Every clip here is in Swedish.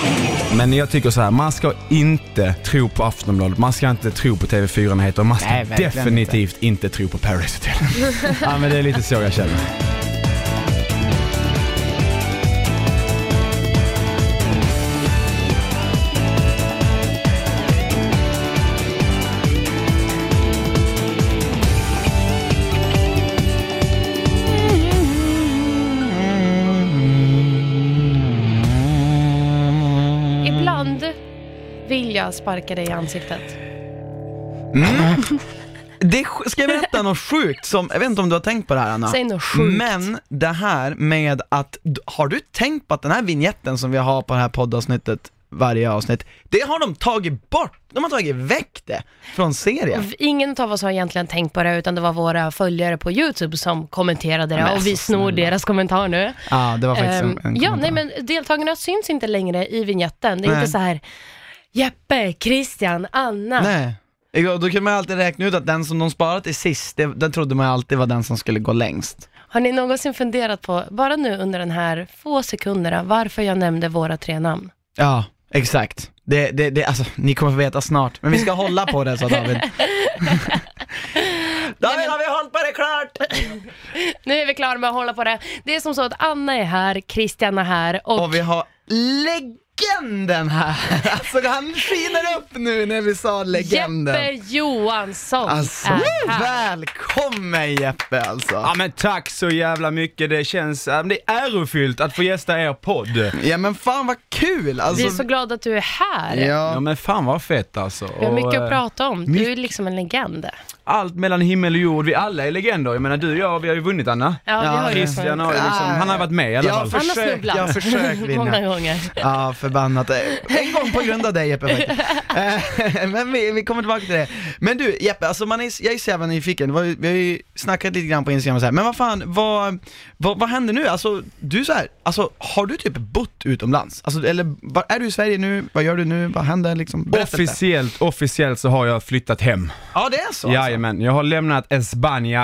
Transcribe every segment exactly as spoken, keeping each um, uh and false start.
Men jag tycker så här, man ska inte tro på Aftonbladet, man ska inte tro på T V fyra-nyheter, man ska Nej, definitivt inte. inte tro på Paradise Hotel. Ja, men det är lite så jag känner. Vill jag sparka dig i ansiktet? Mm. Det ska jag berätta något sjukt som, jag vet inte om du har tänkt på det här, Anna. Säg något sjukt. Men det här med att, har du tänkt på att den här vignetten som vi har på det här poddavsnittet, varje avsnitt, det har de tagit bort. De har tagit väck det från serien. Ingen av oss har egentligen tänkt på det, utan det var våra följare på YouTube som kommenterade det. Men och vi snor deras kommentar nu. Ja, det var faktiskt um, en Ja, nej, men deltagarna syns inte längre i vignetten. Det är nej. inte så här Jeppe, Christian, Anna. Nej. Då kan man alltid räkna ut att den som de sparat i sist, det, den trodde man alltid var den som skulle gå längst. Har ni någonsin funderat på, bara nu under den här få sekunderna, varför jag nämnde våra tre namn? Ja, exakt. Det, det, det, alltså, ni kommer få veta snart. Men vi ska hålla på det, så David. David, har vi hållit på det klart? Nu är vi klara med att hålla på det. Det är som så att Anna är här, Christian är här. Och, och vi har legenden här. Alltså han skiner upp nu när vi sa legenden. Jeppe Johansson alltså, är här. Välkommen Jeppe alltså. Ja men tack så jävla mycket. Det känns, det är ärofyllt att få gästa er podd. Ja men fan vad kul alltså. Vi är så glada att du är här. Ja, ja men fan vad fett alltså. Vi har mycket att prata om. Du mycket... är liksom en legend. Allt mellan himmel och jord, vi alla är legender. Jag menar du och jag, vi har ju vunnit Anna. Ja, vi har ju Christian har liksom, han har varit med i alla jag fall. Försökt, han har snubblat. Jag har försökt vinna. Många gånger. Ja, förbannat. En gång på grund av dig Jeppe faktiskt. Men vi, vi kommer tillbaka till det. Men du Jeppe, alltså man är, jag är så jävla nyfiken. Vi har ju snackat lite grann på Instagram och så här. Men vad fan, vad, vad, vad händer nu? Alltså, du så här, alltså, har du typ bott utomlands? Alltså, eller är du i Sverige nu? Vad gör du nu? Vad händer liksom? Officiellt, officiellt så har jag flyttat hem. Ja, det är så. Jajamän, alltså. Jag har lämnat España,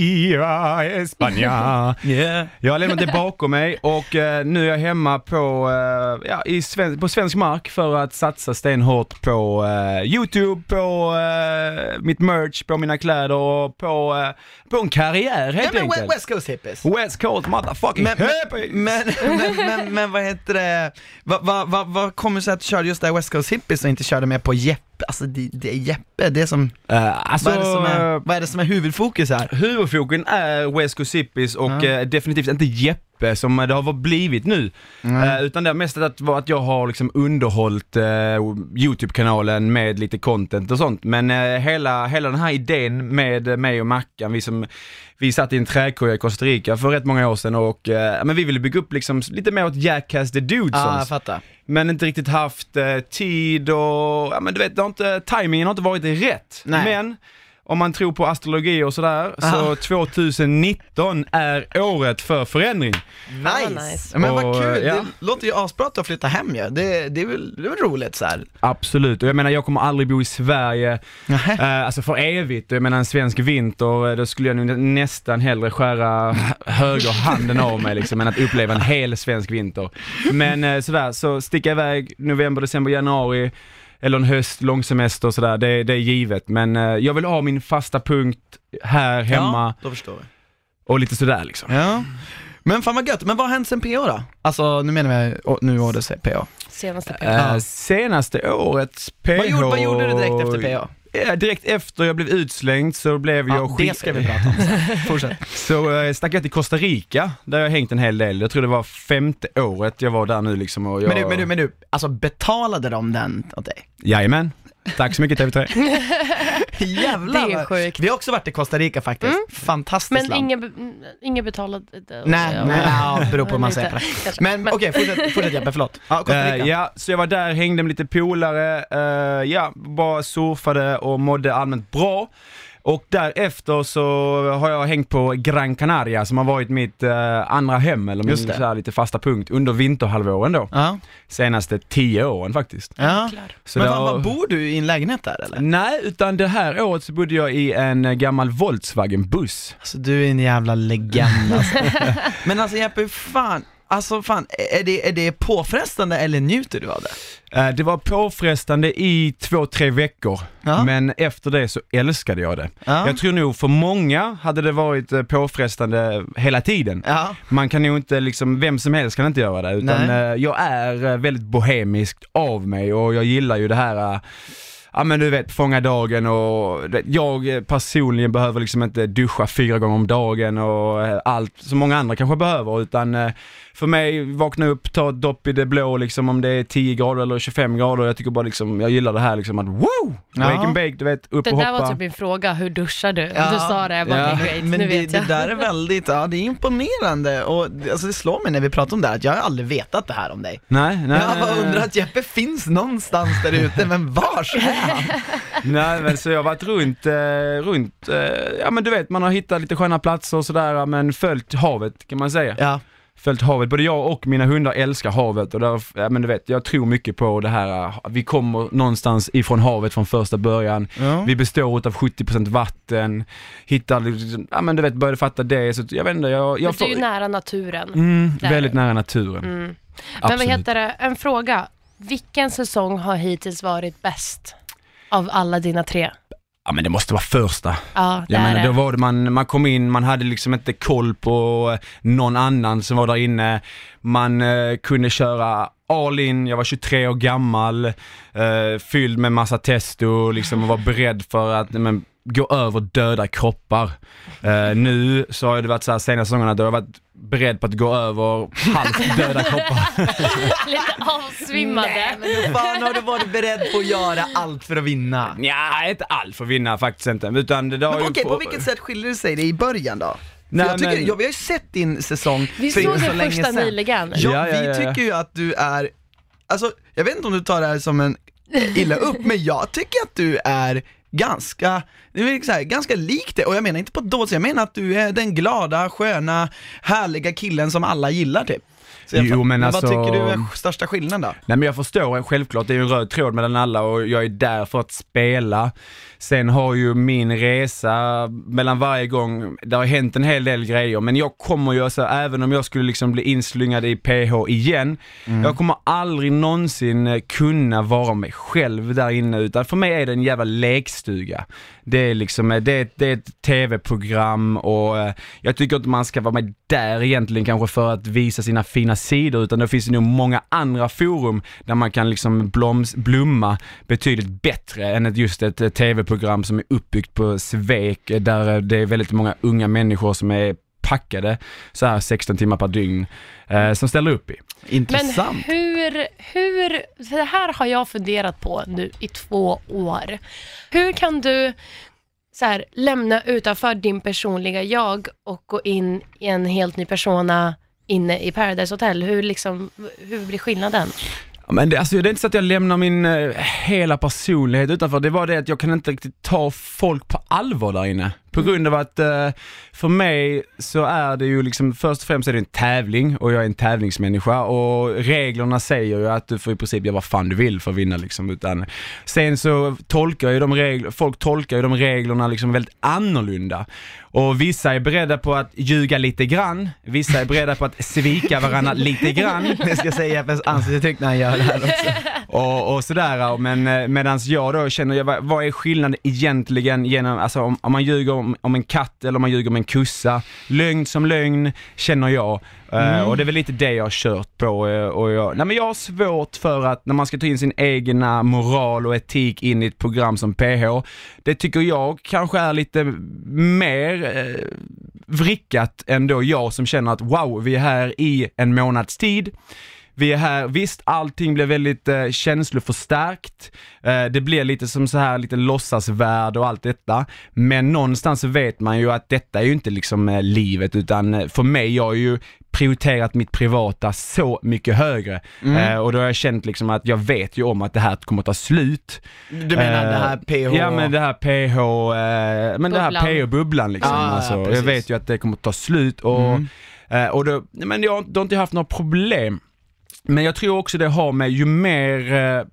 via España. Yeah. Jag har lämnat det bakom mig och uh, nu är jag hemma på, uh, ja, i sven- på svensk mark för att satsa stenhårt på uh, YouTube, på uh, mitt merch, på mina kläder och på, uh, på en karriär helt ja, enkelt. West Coast hippies. West Coast motherfucking men, hippies. Men, men, men, men, men vad heter det? Vad va, va, va kommer sig att du körde just där West Coast hippies och inte körde med på Jeppe? Alltså det, det är Jeppe, det är som, uh, alltså, vad, är det som är, vad är det som är huvudfokus här? Huvudfokus är West Coast hippies och uh. uh, definitivt inte Jeppe som det har blivit nu. Mm. Uh, utan det är mest att, att jag har liksom underhållit uh, YouTube-kanalen med lite content och sånt. Men uh, hela, hela den här idén med mig och Mackan, vi som vi satt i en trädkoja i Costa Rica för rätt många år sedan och uh, men vi ville bygga upp liksom lite mer åt Jackass the Dudes. Ja, ah, jag fattar. Men inte riktigt haft uh, tid och ja, men du vet, det har inte, timingen har inte varit rätt. Nej. Men om man tror på astrologi och sådär, så tjugonitton är året för förändring. Nice! nice. Men vad kul, ja. Det låter ju asbra att flytta hem ju. Det, det, är väl, det är väl roligt så här. Absolut, och jag menar jag kommer aldrig bo i Sverige uh, alltså för evigt. Jag menar en svensk vinter, då skulle jag nu nästan hellre skära höger handen av mig liksom, än att uppleva en hel svensk vinter. Men uh, sådär, så sticka iväg november, december, januari eller en höst, långsemester och sådär, det, det är givet. Men uh, jag vill ha min fasta punkt här hemma. Ja, då förstår jag. Och lite sådär liksom. Ja. Men fan vad gött, men vad har hänt sen P O då? Alltså nu menar jag, nu årets P O. Senaste P O. Uh, senaste årets P O. Vad gjorde, vad gjorde du direkt efter P O? Ja, direkt efter jag blev utslängd så blev ja, jag skit... det ska vi prata om. Fortsätt. Så äh, stack jag till Costa Rica, där jag hängt en hel del. Jag tror det var femte året jag var där nu liksom. Och jag... Men du, men du, men du, alltså betalade de den åt dig? Jajamän. Tack så mycket T V tre. Jävlar. Det är sjukt. Vi har också varit i Costa Rica faktiskt. Mm. Fantastiskt men land. Men ingen betalade det. Nej, nej, ja, beror på vad man säger på det. Men, men okej, okay, fortsätt, fortsätt Jeppe, förlåt. Ja, Costa Rica. Uh, ja, så jag var där, hängde med lite polare. Uh, ja, bara surfade och mådde allmänt bra. Och därefter så har jag hängt på Gran Canaria som har varit mitt uh, andra hem eller min så här, lite fasta punkt under vinterhalvåren då. Ja. Senaste tio åren faktiskt. Ja. Så men då... fan, vad bor du i en lägenhet där eller? Nej, utan det här året så bodde jag i en gammal Volkswagen-buss. Alltså du är en jävla legend alltså. Men alltså Jeppe, fan, alltså fan, är det, är det påfrestande eller njuter du av det? Det var påfrestande i två, tre veckor, ja. Men efter det så älskade jag det. Ja. Jag tror nog för många hade det varit påfrestande hela tiden. Ja. Man kan nog inte, liksom, vem som helst kan inte göra det, utan Nej. jag är väldigt bohemisk av mig och jag gillar ju det här... Ja, men du vet, fånga dagen, och jag personligen behöver liksom inte duscha fyra gånger om dagen och allt som många andra kanske behöver, utan för mig vakna upp, ta ett dopp i det blå liksom, om det är tio grader eller tjugofem grader. Jag tycker bara liksom, jag gillar det här liksom att wow, wake and bake, du vet, upp det och hoppa. Det där var typ min fråga, hur duschar du? Ja. Du sa det, jag bara, ja. Great, men nu det, vet jag. Det där är väldigt, ja, det är imponerande, och alltså, det slår mig när vi pratar om det här att jag har aldrig vetat det här om dig. Nej, nej. Jag bara undrar att Jeppe finns någonstans där ute, men vars är han? Nej, men så jag har varit runt, eh, runt eh, ja men du vet, man har hittat lite sköna platser och sådär, men följt havet kan man säga. Ja. Följt havet, både jag och mina hundar älskar havet, och där, ja, men du vet, jag tror mycket på det här, vi kommer någonstans ifrån havet från första början. Ja. Vi består av sjuttio procent vatten, hittar, ja men du vet, började fatta det, så jag vet inte, jag, jag får... Du är ju nära naturen. Mm, väldigt nära naturen. Mm. Men vad heter det, en fråga, vilken säsong har hittills varit bäst av alla dina tre? Ja, men det måste vara första. Ja, det jag menar, är det. Då var det man, man kom in, man hade liksom inte koll på någon annan som var där inne. Man eh, kunde köra all in, jag var tjugotre år gammal, eh, fylld med massa testo liksom, och var beredd för att men, gå över döda kroppar. Eh, nu så har det varit så här senaste säsongerna då jag varit beredd på att gå över halvt döda kroppar. Lite avsvimmade. Nej, men hur fan har du varit beredd på att göra allt för att vinna? Ja, inte allt för att vinna faktiskt inte. Utan det men okej, på... på vilket sätt skiljer det sig det i början då? Nej, jag tycker, men... jag, vi har ju sett din säsong vi för såg inte så det länge första sedan. nyligen. Ja, ja, ja, ja, vi tycker ju att du är, alltså jag vet inte om du tar det här som en illa upp, men jag tycker att du är ganska, det är så här, ganska likt det, och jag menar inte på ett dåligt, jag menar att du är den glada, sköna, härliga killen som alla gillar typ. Jag, jo, men men alltså... vad tycker du är största skillnaden då? Nej, men jag förstår, självklart det är ju en röd tråd mellan alla och jag är där för att spela. Sen har ju min resa mellan varje gång, det har hänt en hel del grejer, men jag kommer ju alltså, även om jag skulle liksom bli inslyngad i P H igen, mm. jag kommer aldrig någonsin kunna vara mig själv där inne, utan för mig är det en jävla lekstuga. Det är liksom, det är, det är ett tv-program, och jag tycker att man ska vara med där egentligen kanske för att visa sina fina sidor, utan det finns ju nog många andra forum där man kan liksom bloms, blomma betydligt bättre än ett, just ett tv-program som är uppbyggt på svek, där det är väldigt många unga människor som är packade så här sexton timmar per dygn eh, som ställer upp i. Intressant. Men hur, hur, det här har jag funderat på nu i två år. Hur kan du så här, lämna utanför din personliga jag och gå in i en helt ny persona inne i Paradise Hotel? Hur, liksom, hur blir skillnaden? Men det, alltså, det är inte så att jag lämnar min eh, hela personlighet utanför. Det var det att jag kan inte riktigt ta folk på allvar där inne. På grund av att eh, för mig så är det ju liksom, först och främst är det en tävling, och jag är en tävlingsmänniska, och reglerna säger ju att du får i princip göra vad fan du vill för att vinna liksom, utan sen så tolkar ju de regler, folk tolkar ju de reglerna liksom väldigt annorlunda, och vissa är beredda på att ljuga lite grann, vissa är beredda på att svika varandra lite grann. Jag ska säga Jeppes ansiktsuttryck när han gör det här också. och, och sådär, men medans jag då känner jag, vad, vad är skillnaden egentligen genom, alltså om, om man ljuger om, om en katt eller om man ljuger om en kussa, lögn som lögn känner jag. Mm. Uh, och det är väl lite det jag har kört på, uh, och jag, nej, men jag har svårt för att när man ska ta in sin egna moral och etik in i ett program som P H, det tycker jag kanske är lite mer uh, vrickat än då jag som känner att wow, vi är här i en månads tid. Vi är här, visst allting blir väldigt eh, känsloförstärkt, eh, det blir lite som så här lite låtsasvärld och allt detta, men någonstans så vet man ju att detta är ju inte liksom eh, livet, utan eh, för mig, jag har ju prioriterat mitt privata så mycket högre, mm. eh, och då har jag känt liksom att jag vet ju om att det här kommer ta slut. Du menar eh, det här P H? Ja, men det här P H, eh, men det här P H-bubblan liksom, ah, alltså, ja, jag vet ju att det kommer ta slut, och, mm. eh, och då, men jag, jag har inte haft några problem. Men jag tror också det har med ju mer eh,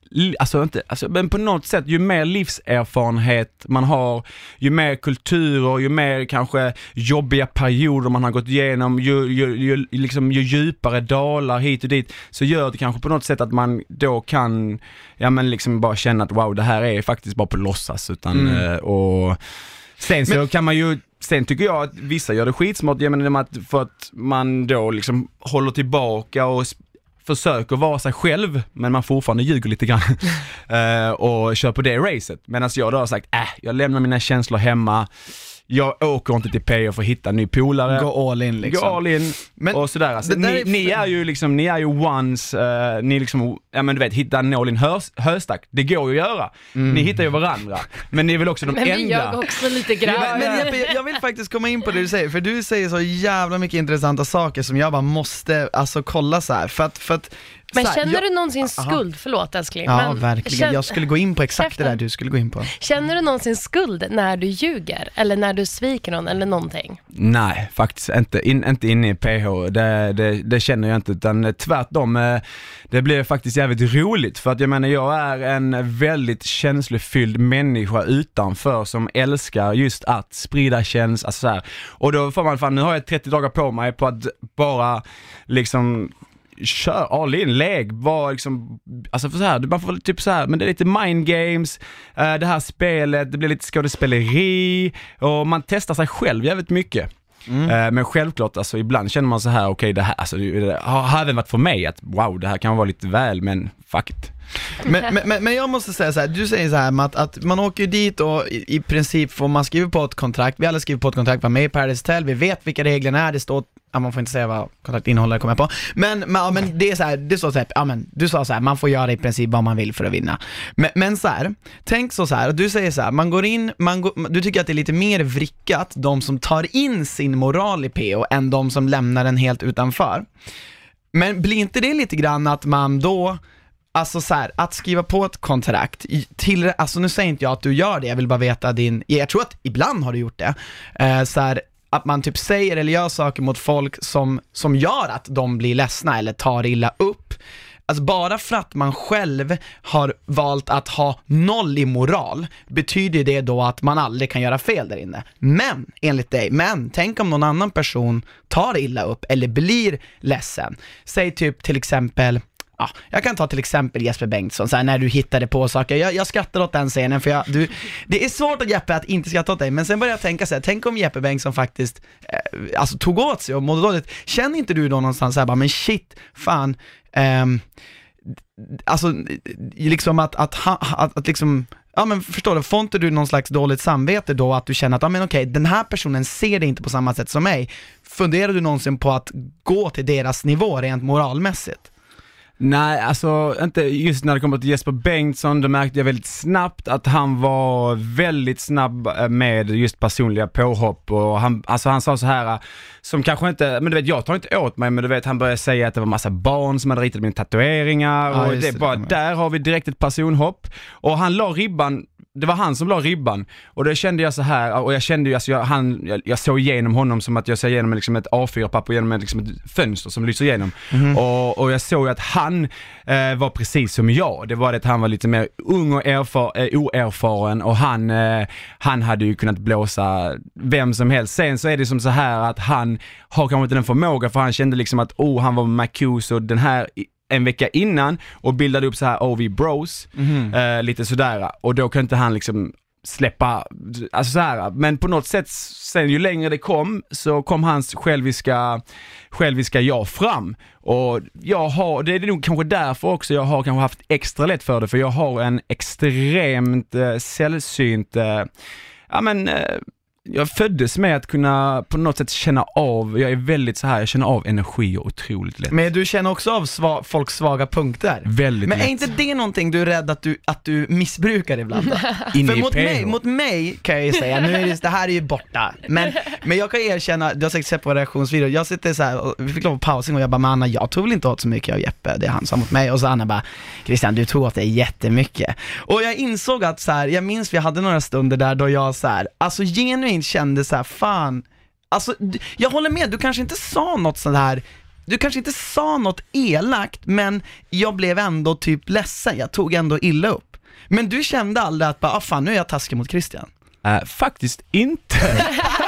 alltså inte, alltså, men på något sätt, ju mer livserfarenhet man har, ju mer kulturer, ju mer kanske jobbiga perioder man har gått igenom, ju, ju, ju, liksom, ju djupare dalar hit och dit, så gör det kanske på något sätt att man då kan, ja men liksom bara känna att wow, det här är faktiskt bara på låtsas, utan, mm. och sen så men, kan man ju sen tycker jag att vissa gör det skitsmart genom att, för att man då liksom håller tillbaka och försöker vara sig själv, men man fortfarande ljuger lite grann uh, och kör på det racet. Medan jag då har sagt, äh, jag lämnar mina känslor hemma, jag åker inte till P O för att hitta en ny polare. Gå all in liksom. Gå all in men och sådär. Alltså, ni, är... ni är ju liksom, ni är ju once, uh, ni liksom, ja men du vet, hitta en nål i en hös, höstack. Det går ju att göra. Mm. Ni hittar ju varandra. Men ni är väl också de men enda. Men vi gör också lite grann. Men, men jag, jag vill faktiskt komma in på det du säger, för du säger så jävla mycket intressanta saker som jag bara måste alltså kolla så här. För att, för att Men här, känner jag, du någonsin skuld? aha. Förlåt älskling. Ja, men verkligen. Känn... Jag skulle gå in på exakt Käften. det där du skulle gå in på. Känner du någonsin skuld när du ljuger? Eller när du sviker någon eller någonting? Nej, faktiskt inte, in, inte inne i P H. Det, det, det känner jag inte, utan tvärtom. Det blir faktiskt jävligt roligt, för att jag menar, jag är en väldigt känslofylld människa utanför som älskar just att sprida känslor, alltså så här. Och då får man fan, nu har jag trettio dagar på mig på att bara liksom kör all in, lägg, var liksom, alltså för så här, man får typ så här, men det är lite mind games, äh, det här spelet, det blir lite skådespeleri och man testar sig själv jävligt mycket. Mm. Äh, men självklart, alltså ibland känner man så här, okej, okay, det här, alltså, det har även varit för mig att wow, det här kan vara lite väl, men fuck it. Men, men, men jag måste säga så här, du säger så här att, att man åker dit och i, i princip får man skriva på ett kontrakt, vi alla skriver på ett kontrakt, var med i Paradise Hotel, vi vet vilka reglerna är, det står, ja, man får inte säga vad kontrakt innehåller, kommer jag på, men, men, men det är så här, det står så här, ja, men du sa så här, man får göra i princip vad man vill för att vinna, men, men så här, tänk så, så här, du säger så här, man går in, man går, du tycker att det är lite mer vrickat de som tar in sin moral i P O än de som lämnar den helt utanför, men blir inte det lite grann att man då, alltså så här, att skriva på ett kontrakt till, alltså nu säger inte jag att du gör det, jag vill bara veta din, jag tror att ibland har du gjort det, eh, så här, att man typ säger eller gör saker mot folk som, som gör att de blir ledsna eller tar illa upp, alltså bara för att man själv har valt att ha noll i moral, betyder det då att man aldrig kan göra fel där inne. Men, enligt dig, men tänk om någon annan person tar illa upp eller blir ledsen. Säg typ till exempel, ja, jag kan ta till exempel Jesper Bengtsson, så här, när du hittade på saker. Jag, jag skrattar åt den scenen, för jag, du, det är svårt att Jeppe att inte skratta åt dig, men sen börjar jag tänka så här, tänk om Jesper Bengtsson faktiskt eh, alltså tog åt sig och mådde dåligt. Känner inte du då någonstans så här, bara, men shit, fan, ehm, alltså liksom att, att, att, att liksom, ja men förstår du, får inte du någon slags dåligt samvete då att du känner att, ja men okej, den här personen ser det inte på samma sätt som mig. Funderar du någonsin på att gå till deras nivå rent moralmässigt? Nej, alltså inte just när det kommer till Jesper Bengtsson, då märkte jag väldigt snabbt att han var väldigt snabb med just personliga påhopp, och han, alltså han sa så här som kanske inte, men du vet, jag tar inte åt mig, men du vet, han började säga att det var massa barn som hade ritat mina tatueringar, ja, och det, det bara, där har vi direkt ett personhopp, och han la ribban. Det var han som la ribban, och då kände jag så här, och jag kände ju, alltså jag, han, jag, jag såg igenom honom som att jag såg igenom liksom ett A fyra-papper genom ett, liksom ett fönster som lyser igenom. Mm. Och, och jag såg ju att han eh, var precis som jag. Det var det att han var lite mer ung och erfar, eh, oerfaren, och han, eh, han hade ju kunnat blåsa vem som helst. Sen så är det som så här att han har kanske inte den förmåga, för han kände liksom att oh, han var Marcus och den här en vecka innan och bildade upp så här O V Bros, mm. eh, lite sådär, och då kan inte han liksom släppa, alltså så här, men på något sätt sen ju längre det kom, så kom hans själviska själviska jag fram, och jag har, det är nog kanske därför också jag har kanske haft extra lätt för det, för jag har en extremt eh, sällsynt eh, ja men eh, jag föddes med att kunna på något sätt känna av, jag är väldigt så här, jag känner av energier otroligt lätt. Men du känner också av sva, folks svaga punkter. Väldigt Men är lätt. inte det någonting du är rädd att du, att du missbrukar ibland? För mot mig, mot mig kan jag ju säga, nu är det, det här är ju borta. Men, men jag kan erkänna, du har säkert sett på reaktionsvideo, jag sitter så här, och vi fick lov att pausing och jag bara, men Anna, jag tog väl inte åt så mycket av Jeppe, det är han som mot mig. Och så Anna bara, Christian, du tog åt dig jättemycket. Och jag insåg att så här, jag minns vi hade några stunder där då jag så här, alltså genuint kände så här, fan, alltså jag håller med, du kanske inte sa något sånt här du kanske inte sa något elakt, men jag blev ändå typ ledsen, jag tog ändå illa upp. Men du kände aldrig att bara, ah, fan, nu är jag taskig mot Christian? Uh, faktiskt inte.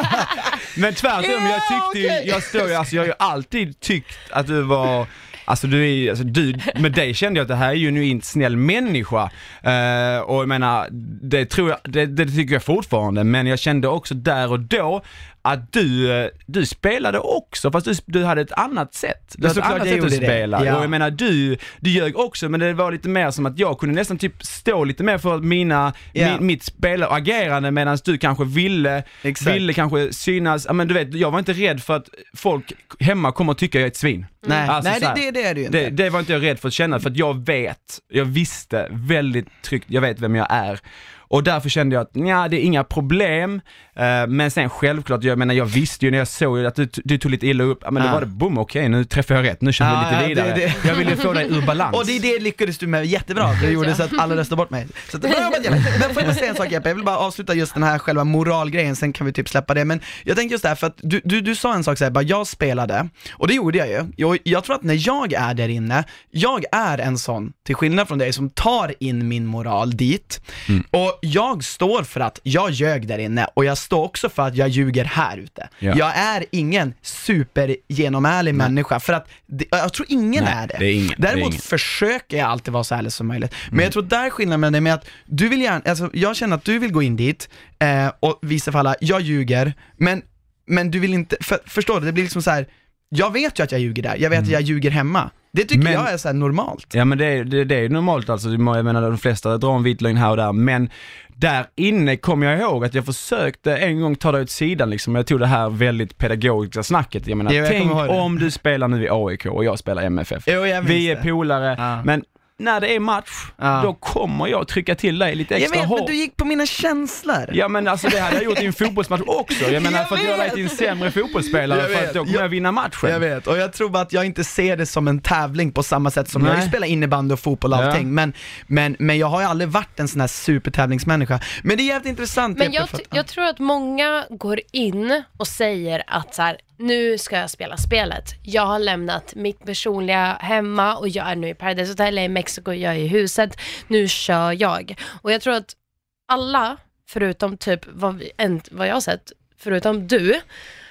Men tvärtom, jag tyckte ju, okay. jag står ju, alltså jag har ju alltid tyckt att du var, alltså du är, alltså du, med dig kände jag att det här är ju nu inte snäll människa. Uh, och jag menar, det tror jag, det, det tycker jag fortfarande, men jag kände också där och då att du, du spelade också, fast du, du hade ett annat sätt. Du hade ett annat sätt att spela. Ja. Och jag menar, du, du ljög också, men det var lite mer som att jag kunde nästan typ stå lite mer för mina, yeah. min, mitt spel och agerande, medan du kanske ville, ville kanske synas. Men du vet, jag var inte rädd för att folk hemma kommer att tycka jag är ett svin. Nej, alltså, nej det, det, det är du inte. Det, det var inte jag rädd för att känna, för att jag vet, jag visste väldigt tryggt, jag vet vem jag är. Och därför kände jag att nja, det är inga problem. Uh, men sen självklart, jag menar, jag visste ju när jag såg att du, du tog lite illa upp. Men då ah. var det, boom, okej, okay, nu träffar jag rätt. Nu känner ah, vi lite ja, vidare. Det, det. Jag ville få dig ur balans. Och det, det lyckades du med jättebra. Det gjorde så att alla röstade bort mig. Så att, men får jag bara säga en sak, Jeppe? Jag vill bara avsluta just den här själva moralgrejen, sen kan vi typ släppa det. Men jag tänkte just det här, för att du, du, du sa en sak så här, bara jag spelade. Och det gjorde jag ju. Jag, jag tror att när jag är där inne, jag är en sån, till skillnad från dig, som tar in min moral dit. Mm. Och jag står för att jag ljög där inne, och jag står också för att jag ljuger här ute. Ja. Jag är ingen super genomärlig människa, för att det, jag tror ingen Nej, är det. det är ingen, Däremot det är ingen. försöker jag alltid vara så ärlig som möjligt. Men mm. jag tror där skillnaden med det med att du vill gärna, alltså jag känner att du vill gå in dit eh, och visa för alla, jag ljuger, men, men du vill inte, för, förstår du, det blir liksom så här. Jag vet ju att jag ljuger där, jag vet mm. att jag ljuger hemma. Det tycker men, jag är så här normalt. Ja, men det är, det, det är normalt alltså. Jag menar, de flesta drar en vit lögn här och där. Men där inne kommer jag ihåg att jag försökte en gång ta det åt sidan liksom. Jag tog det här väldigt pedagogiska snacket. Jag menar, jag tänk om du spelar nu i A I K och jag spelar M F F. Jo, jag Vi är polare, ja. men när det är match, ja. då kommer jag trycka till dig lite extra jag vet, hårt. Men du gick på mina känslor. Ja, men alltså det hade jag gjort i en fotbollsmatch också. Jag menar, jag för att göra dig till en sämre fotbollsspelare, för att då kommer jag, jag vinna matchen. Jag vet, och jag tror bara att jag inte ser det som en tävling på samma sätt som Nej. jag spelar innebandy och fotboll och allting. Ja. Men, men, men jag har ju aldrig varit en sån här supertävlingsmänniska. Men det är jävligt intressant. Men jag, t- jag tror att många går in och säger att så här, nu ska jag spela spelet. Jag har lämnat mitt personliga hemma och jag är nu i Paradise Hotel i Mexiko, jag är i huset. Nu kör jag. Och jag tror att alla, förutom typ vad, vi, en, vad jag har sett, förutom du,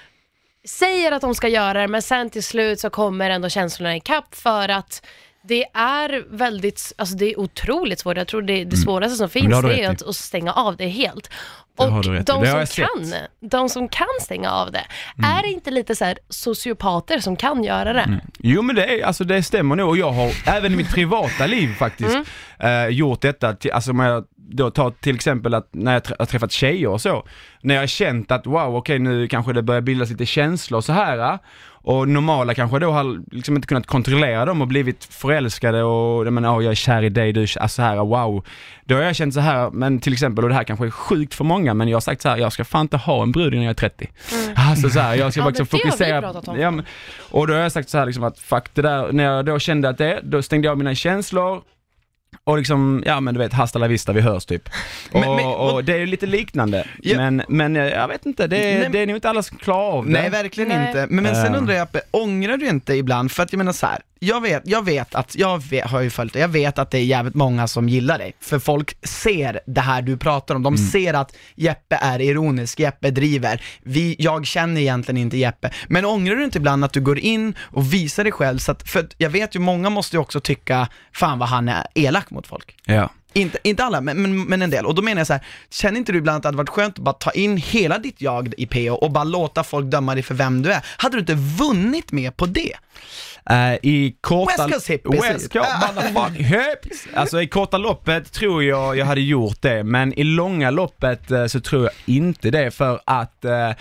säger att de ska göra det, men sen till slut så kommer ändå känslorna i kapp, för att det är väldigt, alltså det är otroligt svårt. Jag tror det, det svåraste som finns det, det är att, att stänga av det helt. Och det de, som kan, de som kan stänga av det, mm. är det inte lite så här sociopater som kan göra det? Mm. Jo, men det, är, alltså, det stämmer nog. Och jag har även i mitt privata liv faktiskt mm. eh, gjort detta. Till, alltså om jag då tar till exempel att när jag har träffat tjejer och så, när jag har känt att wow, okej, okay, nu kanske det börjar bildas lite känslor och så här. Och normala kanske då har liksom inte kunnat kontrollera dem och blivit förälskade och jag menar, oh, jag är kär i dig, du är så här, wow. Då har jag känt så här, men till exempel, och det här kanske är sjukt för många, men jag har sagt så här, jag ska fan inte ha en brud när jag är trettio. Mm. Alltså så här, jag ska ja, bara fokusera. Ja, men, och då har jag sagt så här liksom att fuck det där, när jag då kände att det, då stängde jag mina känslor. Och liksom, ja men du vet, hasta la vista, vi hörs typ. Och, men, men, och, och det är ju lite liknande. Ja. Men, men jag vet inte, det, nej, det är nog inte alla som klarar av det. Nej, verkligen nej. inte. Men, men sen undrar jag, ångrar du inte ibland? För att jag menar så här, jag vet, jag vet att, jag vet, har ju följt det, jag vet att det är jävligt många som gillar dig. För folk ser det här du pratar om. De mm. ser att Jeppe är ironisk, Jeppe driver. Vi, jag känner egentligen inte Jeppe. Men ångrar du inte ibland att du går in och visar dig själv? Så att, för jag vet ju, många måste ju också tycka, fan vad han är elak mot folk. Ja. Inte, inte alla, men, men, men en del. Och då menar jag så här, känner inte du ibland att det hade varit skönt att bara ta in hela ditt jag i P O och bara låta folk döma dig för vem du är? Hade du inte vunnit med på det? Uh, i korta West Coast hippies. West Coast motherfucking hippies. Alltså i korta loppet tror jag jag hade gjort det, men i långa loppet uh, så tror jag inte det, för att uh,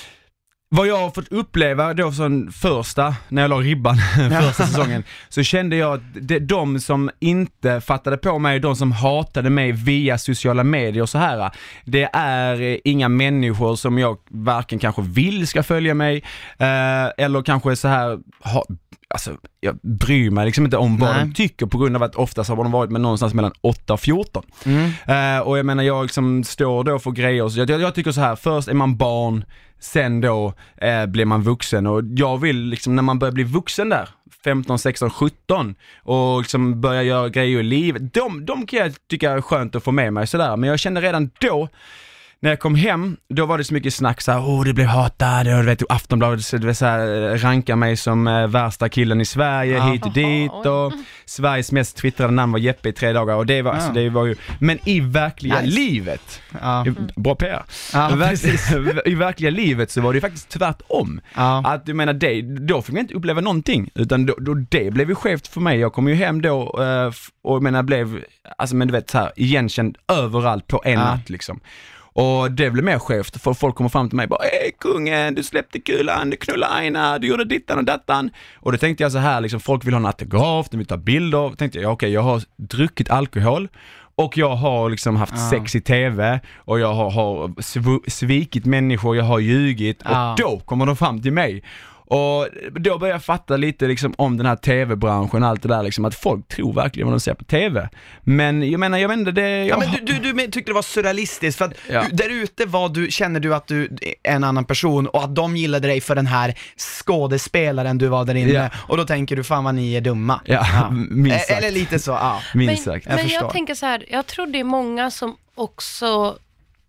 vad jag har fått uppleva då som första, när jag la ribban första säsongen, så kände jag att det, de som inte fattade på mig, de som hatade mig via sociala medier och så här, det är inga människor som jag varken kanske vill ska följa mig eh, eller kanske så här ha, alltså jag bryr mig liksom inte om vad Nej. de tycker, på grund av att oftast har de varit med någonstans mellan åtta och fjorton. Mm. Uh, och jag menar, jag liksom står då för grejer. Så jag, jag tycker så här, först är man barn, sen då eh, blir man vuxen, och jag vill liksom när man börjar bli vuxen där femton, sexton, sjutton och liksom börja göra grejer i livet, de, de kan jag tycka är skönt att få med mig sådär, men jag kände redan då när jag kom hem, då var det så mycket snack så här, åh, det blev hatad, och du vet, Aftonbladet det så här, rankar mig som eh, värsta killen i Sverige, ja. hit och dit, och Sveriges mest twittrade namn var Jeppe i tre dagar, och det var, ja. alltså, det var ju, men i verkliga nice. livet, ja. bra P R, ja, I, verkliga, i verkliga livet så var det ju faktiskt tvärtom, ja. att du menar, det, då fick jag inte uppleva någonting, utan då, då det blev ju skevt för mig, jag kom ju hem då eh, och menar, blev, alltså men du vet så här, igenkänd överallt på en ja. natt liksom. Och det blev mer skevt, för folk kommer fram till mig och bara, hej kungen, du släppte kulan, du knullade aina, du gjorde dittan och dattan. Och då tänkte jag så här, liksom, folk vill ha en autograf, de vill ta bilder. Då tänkte jag, ja, okej, jag har druckit alkohol och jag har liksom haft ah. sex i tv och jag har, har sv- svikit människor, jag har ljugit, ah. och då kommer de fram till mig. Och då börjar jag fatta lite liksom om den här tv-branschen och allt det där liksom, att folk tror verkligen vad de ser på tv. Men jag menar, jag menar det... Jag... Ja, men du, du, du tyckte det var surrealistiskt för att ja. du, där ute var du, känner du att du är en annan person och att de gillade dig för den här skådespelaren du var där inne, ja. och då tänker du, fan vad ni är dumma. Ja, ja. Minst sagt. Eller lite så, ja. Minst sagt. Men, jag, men jag tänker så här, jag tror det är många som också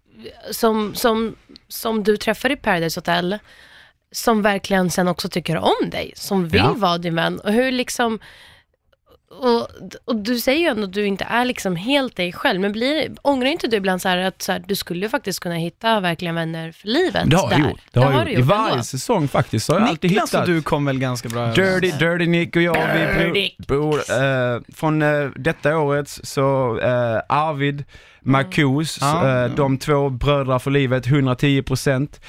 som, som, som du träffar i Paradise Hotel som verkligen sen också tycker om dig, som vill ja. vara din vän, och hur liksom och, och du säger ju ändå att du inte är liksom helt dig själv, men blir, ångrar inte du ibland så här att så här, du skulle faktiskt kunna hitta verkligen vänner för livet? Det har jag där. gjort, det har, det har gjort. I varje ändå. säsong faktiskt så har jag alltid hittat. Och du kom väl ganska bra. Dirty, Dirty Nick och jag, vi bor äh, från äh, detta året så äh, Arvid Marcus, mm. ja, ja. de två brödrar för livet, hundratio procent.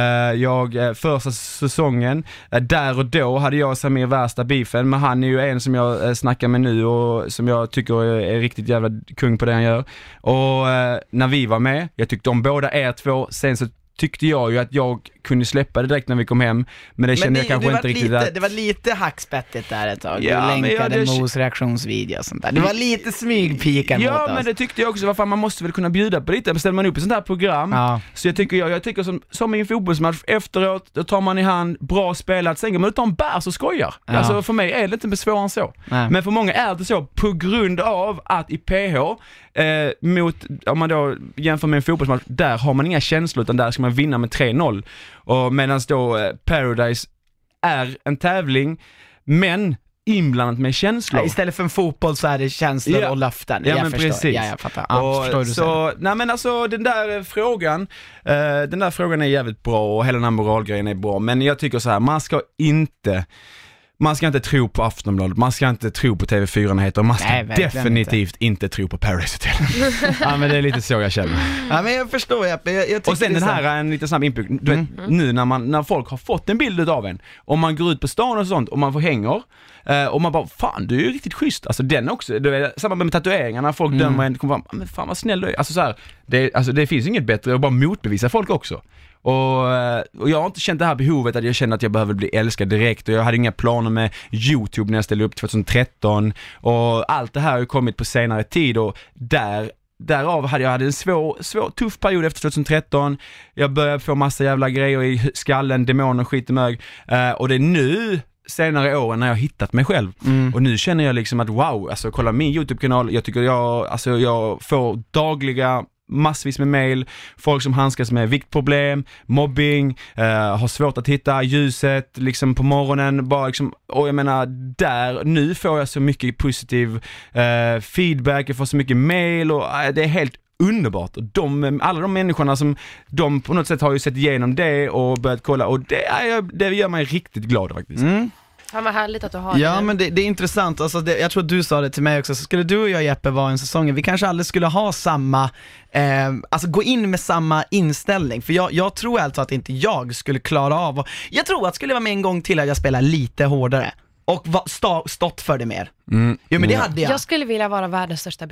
Jag, första säsongen, där och då hade jag Samir värsta beefen, men han är ju en som jag snackar med nu och som jag tycker är riktigt jävla kung på det han gör. Och när vi var med, jag tyckte om båda er två, sen så tyckte jag ju att jag kunde släppa det direkt när vi kom hem, men det kände men det, jag kanske inte riktigt lite, att... Det var lite hackspettigt där ett tag. Ja, du länkade ja, det... Mos reaktionsvideo och sånt där. Det var lite smygpikan ja, mot oss. Men det tyckte jag också. Vad fan, man måste väl kunna bjuda på lite. Beställer man upp ett sånt här program, ja. så jag tycker, jag, jag tycker som, som i en fotbollsmatch efteråt, då tar man i hand, bra spelat, sen går man ut och tar en bärs och skojar. Ja. Alltså för mig är det inte svårare än så. Nej. Men för många är det så på grund av att i P H eh, mot, om man då jämför med en fotbollsmatch, där har man inga känslor, utan där ska man vinna med tre noll. Och medan då eh, Paradise är en tävling, men inblandat med känslor. Ja, istället för en fotboll så är det känslor ja. och löften. Ja, jag men förstår. precis. Ja, jag fattar. Ja, och förstår du så, nej men alltså den där frågan, eh, den där frågan är jävligt bra och hela den här moralgrejen är bra, men jag tycker så här, man ska inte Man ska inte tro på Aftonbladet, man ska inte tro på T V fyra-nyheter, man ska Nej, definitivt inte. inte tro på Paradise Hotel. Ja, men det är lite så jag känner. Ja, men jag förstår. Jag, jag, jag och sen den här är en lite snabb input. Du mm. vet, nu när, man, när folk har fått en bild av en, och man går ut på stan och sånt, och man får hänger, eh, och man bara, fan, du är ju riktigt schysst. Alltså den också, du vet, samma med tatueringarna, folk mm. dömer en, kommer fram, men fan vad snäll du är. Alltså så här, det, alltså, det finns inget bättre att bara motbevisa folk också. Och, och jag har inte känt det här behovet att jag känner att jag behöver bli älskad direkt, och jag hade inga planer med YouTube när jag ställde upp tjugohundratretton, och allt det här har ju kommit på senare tid, och där därav hade jag hade en svår, svår tuff period efter tjugohundratretton. Jag började få massa jävla grejer i skallen, demoner, skit och mög, uh, och det är nu senare åren när jag har hittat mig själv. Mm. Och nu känner jag liksom att wow, alltså kolla min YouTube-kanal, jag tycker jag, alltså jag får dagliga massvis med mail, folk som handskas med viktproblem, mobbing, eh, har svårt att hitta ljuset liksom på morgonen, bara liksom, och jag menar där, nu får jag så mycket positiv eh, feedback, jag får så mycket mail, och eh, det är helt underbart. Och de, alla de människorna som de på något sätt har ju sett igenom det och börjat kolla, och det, är, det gör mig riktigt glad faktiskt. Mm. Fan vad härligt att du har ja, det. men det, det är intressant, alltså det, jag tror att du sa det till mig också, så skulle du och jag, Jeppe, vara en säsong, vi kanske aldrig skulle ha samma eh, alltså gå in med samma inställning, för jag, jag tror alltså att inte jag skulle klara av, och jag tror att skulle vara med en gång till att jag spelar lite hårdare och va, stå, stått för det mer. Mm. Jo, men det hade jag. Jag skulle vilja vara världens största bitch.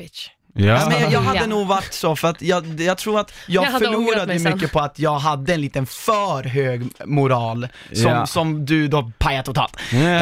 Ja. Ja, men jag, jag hade Ja. nog varit så, för att jag, jag tror att jag, Jag hade ångrat förlorade mig sen. mycket på att jag hade en liten för hög moral som, Ja. som du då pajade totalt.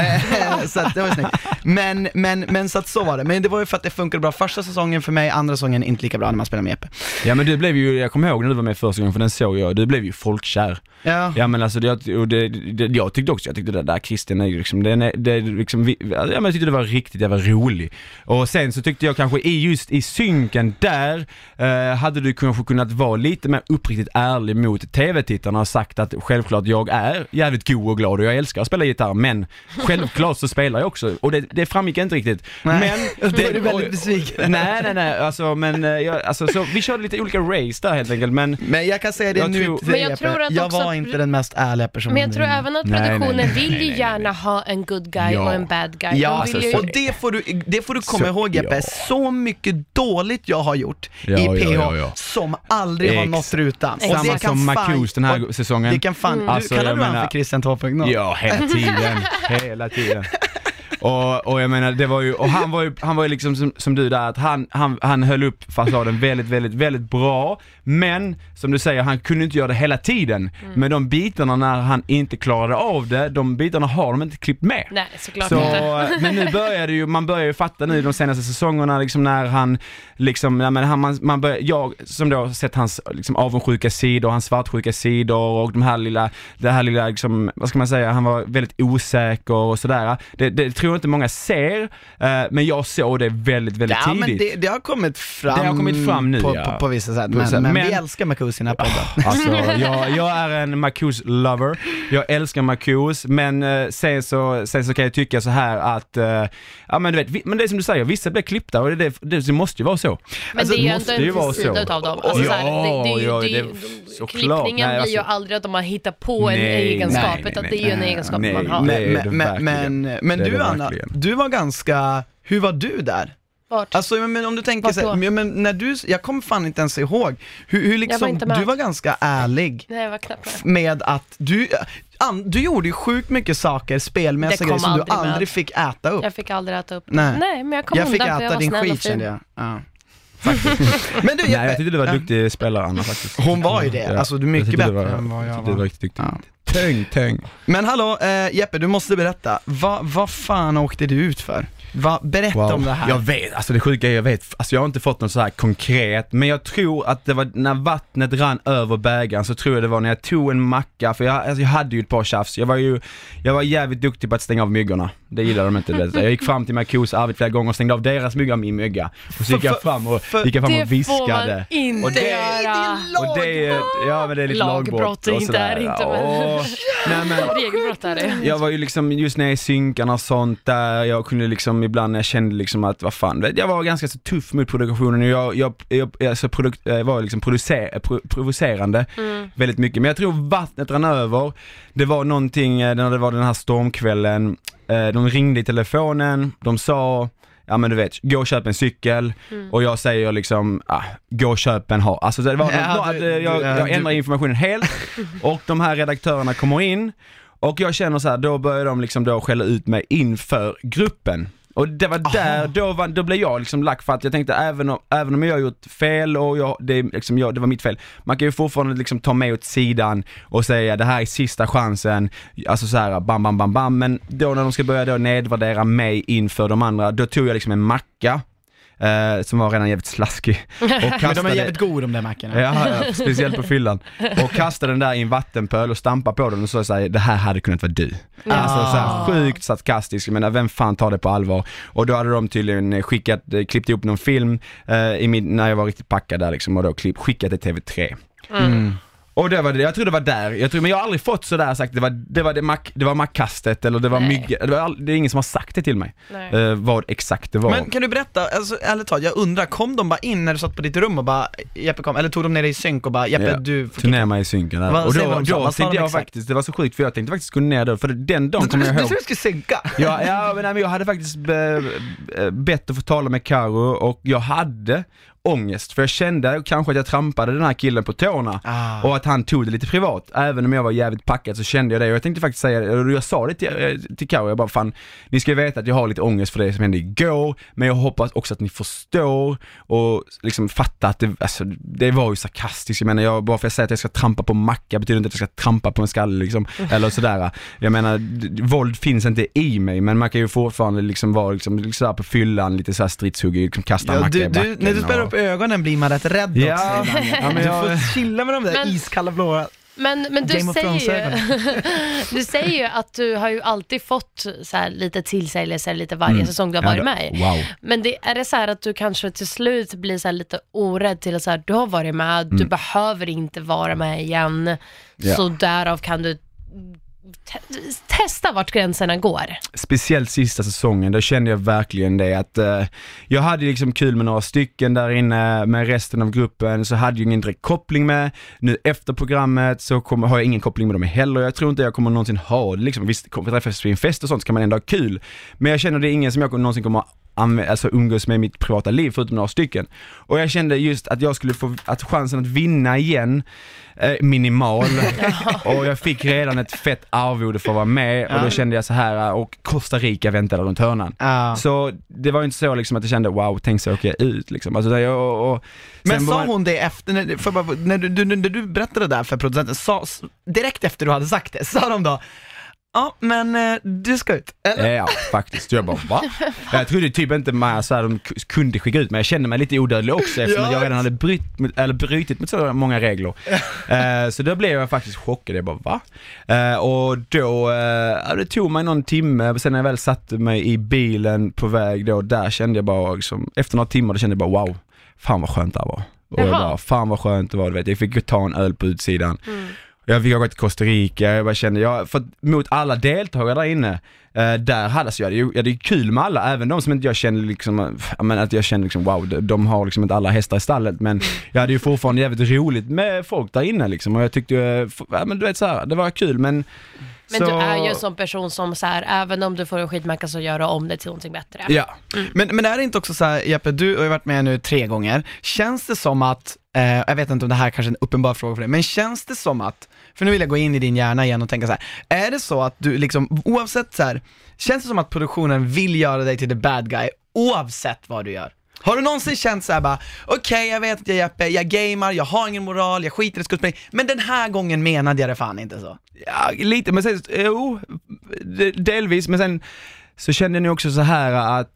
Ja. Så att det var snyggt. Men, men, men så att så var det. Men det var ju för att det funkade bra första säsongen för mig, andra säsongen inte lika bra när man spelar med Jeppe. Ja, men du blev ju, jag kommer ihåg när du var med första gången, för den såg jag, du blev ju folkkär. Ja. Ja, men alltså det, och det, det, jag tyckte också, jag tyckte det där Christian är ju liksom, det, är- det är liksom, vi- ja, men jag tyckte det var riktigt, det var rolig. Och sen så tyckte jag kanske i just i synken där eh, hade du kanske kunnat vara lite mer uppriktigt ärlig mot tv-tittarna och sagt att självklart jag är jävligt god och glad och jag älskar att spela gitarr, men självklart så spelar jag också, och det, det framgick inte riktigt. Nej. Men Då är du väldigt besviken. Nej, nej, nej, alltså, men eh, jag, alltså, så, vi körde lite olika race där helt enkelt, men Men jag kan säga det Jag nu tror- till Men dig, jag Jeppe. tror att jag också var att- inte den mest ärliga personen. Men jag tror även att Nej, nej, produktionen nej, vill nej, ju nej, gärna nej. ha en good guy Ja. och en bad guy. Ja, De alltså, vill ju... och det får du, det får du komma Så- ihåg Jeppe, ja. så mycket dåligt jag har gjort Ja, i ja, P H ja, ja. som aldrig har Ex- nått rutan. Och samma det kan som fan- Marcus den här och säsongen. Det kan fan, du, Alltså, kallar jag du han menar- för Christian två punkt noll? Ja, hela tiden. hela tiden. Och, och jag menar, det var ju, och han var ju, han var ju liksom som, som du där, att han, han, han höll upp fasaden väldigt, väldigt, väldigt bra, men som du säger, han kunde inte göra det hela tiden. Mm. Men de bitarna när han inte klarade av det, de bitarna har de inte klippt med. Nej, såklart Så, inte. men nu börjar det ju, man börjar ju fatta nu de senaste säsongerna liksom när han liksom, ja, men han, man, man börjar, jag som då har sett hans liksom avundsjuka sidor, hans svartsjuka sidor och de här lilla, det här lilla liksom, vad ska man säga, han var väldigt osäker och sådär. Det, det tror jag inte många ser, eh, men jag såg det väldigt, väldigt Ja, tidigt. men det, det har kommit fram, Det har kommit fram nu, på, ja. på, på vissa sätt, På vissa- men, men, men- vi älskar Marcus i den här podden. Alltså, jag, jag är en Marcus lover. Jag älskar Marcus, men eh, sen, så, sen så kan jag tycka så här att eh, ja, men du vet, vi, men det är som du säger, vissa blir klippta och det, det, det måste ju vara så. Men Alltså, det är ju måste ändå ju vara en så. sida utav dem. Alltså, Ja, så här, det, det, är ju- ja, det, är ju- det- såklart. klippningen Nej, blir ju alltså- aldrig att de har hittat på en Nej, egenskap, nej, nej, utan nej, det är ju en nej, egenskap nej, man har. nej. Det är Men, det men, men, verkligen. men Det är du det Anna, verkligen. du var ganska, hur var du där? Vart? Alltså men, men om du tänker Vart så här, då? men, men när du, jag kommer fan inte ens ihåg, hur, hur liksom, var inte med. du var ganska ärlig Nej, jag var knappt med. med att du, an, du gjorde ju sjukt mycket saker, spelmässiga Det grejer kom som du aldrig med. aldrig fick äta upp. Jag fick aldrig äta upp. Nej. Nej, men jag kom Jag fick undan för jag äta var din snäll och skit kände fin. jag. Ja. Faktiskt. Men du Nej, Jeppe, jag tyckte du var ja. duktig spelare, Anna, faktiskt. Hon var ju det, Ja. alltså du är mycket Jag tyckte bättre det var, än vad jag jag tyckte var. du var riktigt duktig. Ja. Töng, töng. Men hallå, eh, Jeppe, du måste berätta, Va, vad fan åkte du ut för? Va, berätta Wow. om det här. Jag vet, alltså det sjuka är, jag vet, alltså jag har inte fått något så här konkret, men jag tror att det var när vattnet rann över bägaren, så tror jag det var när jag tog en macka, för jag, alltså jag hade ju ett par tjafs, jag var ju, jag var jävligt duktig på att stänga av myggorna, det gillade de inte, vet. Jag gick fram till Marcus Arvid flera gånger och stängde av deras mygga och min mygga, och så gick jag fram och, för- gick jag fram Det och får viskade. man inte Och det- göra. Och det är, ja men det är lite Lagbrott, lagbrott och inte sådär. är det inte, men- Och, nej men Regelbrott är det. jag var ju liksom just när jag är i synkarna och sånt där, jag kunde liksom ibland när jag kände liksom att vad fan, vet, jag var ganska så tuff mot produktionen och jag, jag, jag, alltså produk, jag var liksom producer, pro, provocerande Mm. väldigt mycket, men jag tror vattnet rann över. Det var någonting eh, när det var den här stormkvällen, eh, de ringde i telefonen, de sa ja men du vet, gå och köp en cykel, Mm. och jag säger liksom ah, gå och köp en ha. Alltså det var, Ja, ja, du- jag, jag, ja, jag du- ändrar informationen helt och de här redaktörerna kommer in och jag känner så här, då börjar de liksom då skälla ut mig inför gruppen. Och det var där, då, var, då blev jag liksom lack för att jag tänkte även om, även om jag har gjort fel och jag, det, är liksom jag, det var mitt fel, man kan ju fortfarande liksom ta mig åt sidan och säga det här är sista chansen, alltså så här bam bam bam bam, men då när de ska börja då nedvärdera mig inför de andra, då tog jag liksom en macka eh, som var redan jävligt slaskig och Men de är kastade, jävligt goda de där mackorna. ja, ja, speciellt på fyllan, och kastade den där i en vattenpöl och stampade på den och så säger det här hade kunnat vara du. Alltså så här sjukt sarkastisk, men vem fan tar det på allvar? Och då hade de tydligen skickat, eh, klippt ihop någon film eh, i min, när jag var riktigt packad där liksom, och då klipp, skickat till T V tre. Mm. Och det var det, jag tror det var där, jag tror, men jag har aldrig fått sådär sagt, det var det var det mack, det var mackkastet eller det var Nej. mygg, det, var all, det är ingen som har sagt det till mig. Nej. Eh, vad exakt det var. Men kan du berätta, alltså ärligt talat, jag undrar, kom de bara in när du satt på ditt rum och bara, Jeppe kom, eller tog de ner dig i synk och bara, Jeppe Ja. du får Tog ner mig i synken där. Vad Och säger då, man om så? då Vad sa tänkte de jag exakt? faktiskt, det var så sjukt för jag tänkte faktiskt gå ner där, för den dagen Du kommer jag trodde ihåg. du skulle synka? Ja, ja men, nej, men jag hade faktiskt be, be, bett att få tala med Karo och jag hade ångest. För jag kände kanske att jag trampade den här killen på tårna. Ah. Och att han tog det lite privat. Även om jag var jävligt packad så kände jag det. Och jag tänkte faktiskt säga det. Och jag sa det till, till Karo. Jag bara, fan, ni ska ju veta att jag har lite ångest för det som hände igår. Men jag hoppas också att ni förstår. Och liksom fatta att det, alltså, det var ju sarkastiskt. Jag menar, jag, bara för att säga att jag ska trampa på macka betyder inte att jag ska trampa på en skalle liksom. Eller sådär. Jag menar, d- våld finns inte i mig. Men man kan ju fortfarande liksom vara liksom, liksom på fyllan, lite såhär stridshugg, liksom kasta Ja, macka du, i backen. du, när du spärrar och... upp ögonen blir man rätt rädd Ja. också. Ja, men Du jag- får chilla med de där Men- iskalla blåa. Men, men du, Game of säger ju, Thrones-ögonen. du säger ju att du har ju alltid fått så här, lite tillsägelser lite varje Mm. säsong du har Ja, varit det- med i. Wow. Men det, är det så här att du kanske till slut blir så här lite orädd till att så här, du har varit med, du Mm. behöver inte vara med igen. Ja. Så därav kan du te- testa vart gränserna går. Speciellt sista säsongen, då kände jag verkligen det att eh, jag hade liksom kul med några stycken där inne, med resten av gruppen så hade jag ingen direkt koppling med. Nu efter programmet så kommer, har jag ingen koppling med dem heller. Jag tror inte jag kommer någonsin ha det liksom. Visst, kommer vi träffas vid en fest och sånt så kan man ändå ha kul. Men jag känner det är ingen som jag någonsin kommer anv- alltså umgås med i mitt privata liv förutom några stycken. Och jag kände just att jag skulle få att chansen att vinna igen eh, minimal. Och jag fick redan ett fett arvode för att vara med och då kände jag så här, och Costa Rica väntade runt hörnan. Ja. Så det var ju inte så liksom att jag kände wow, tänk så åker jag ut liksom. Alltså, där jag, och, och, Men sen sa var man- hon det efter, när, för bara, när, du, du, när du berättade det där för producenten, sa, direkt efter du hade sagt det, sa de då, ja men eh, du ska ut, eller? Ja, faktiskt. Jag bara, va? Jag trodde typ inte man, så här, de k- kunde skicka ut, men jag kände mig lite odödlig också eftersom Ja. jag redan hade bryt, eller brytit mot så många regler. Eh, så då blev jag faktiskt chockad. Jag bara, va? Eh, och då, eh, ja, det tog mig någon timme, sen när jag väl satte mig i bilen på väg då, där kände jag bara, liksom, efter några timmar, då kände jag bara, wow, fan vad skönt det här var. Och jag Jaha. bara, fan vad skönt det var, du vet. Jag fick ju ta en öl på utsidan. Mm. Jag fick åka till Costa Rica, jag bara kände, jag, för att mot alla deltagare där inne, eh, där hade så jag, jag hade ju kul med alla, även de som inte jag kände liksom, jag menar, att jag kände liksom, wow, de, de har liksom inte alla hästar i stallet, men jag hade ju fortfarande jävligt roligt med folk där inne liksom, och jag tyckte, eh, ja, men du vet så här, det var kul, men Men så... du är ju en sån person som så här, även om du får en skitmacka så gör du om det till någonting bättre. Ja. Men, men det är inte också så här, Jeppe, du har ju varit med nu tre gånger, känns det som att, eh, jag vet inte om det här kanske är en uppenbar fråga för dig, men känns det som att, för nu vill jag gå in i din hjärna igen och tänka så här, är det så att du liksom, oavsett så här, känns det som att produktionen vill göra dig till the bad guy, oavsett vad du gör? Har du någonsin känt så här bara, okej okay, jag vet att jag är Jeppe, jag gamar, jag har ingen moral, jag skiter i skådespel, men den här gången menade jag det fan inte så. Ja, lite, men sen, jo, de- delvis, men sen så kände jag nu också så här att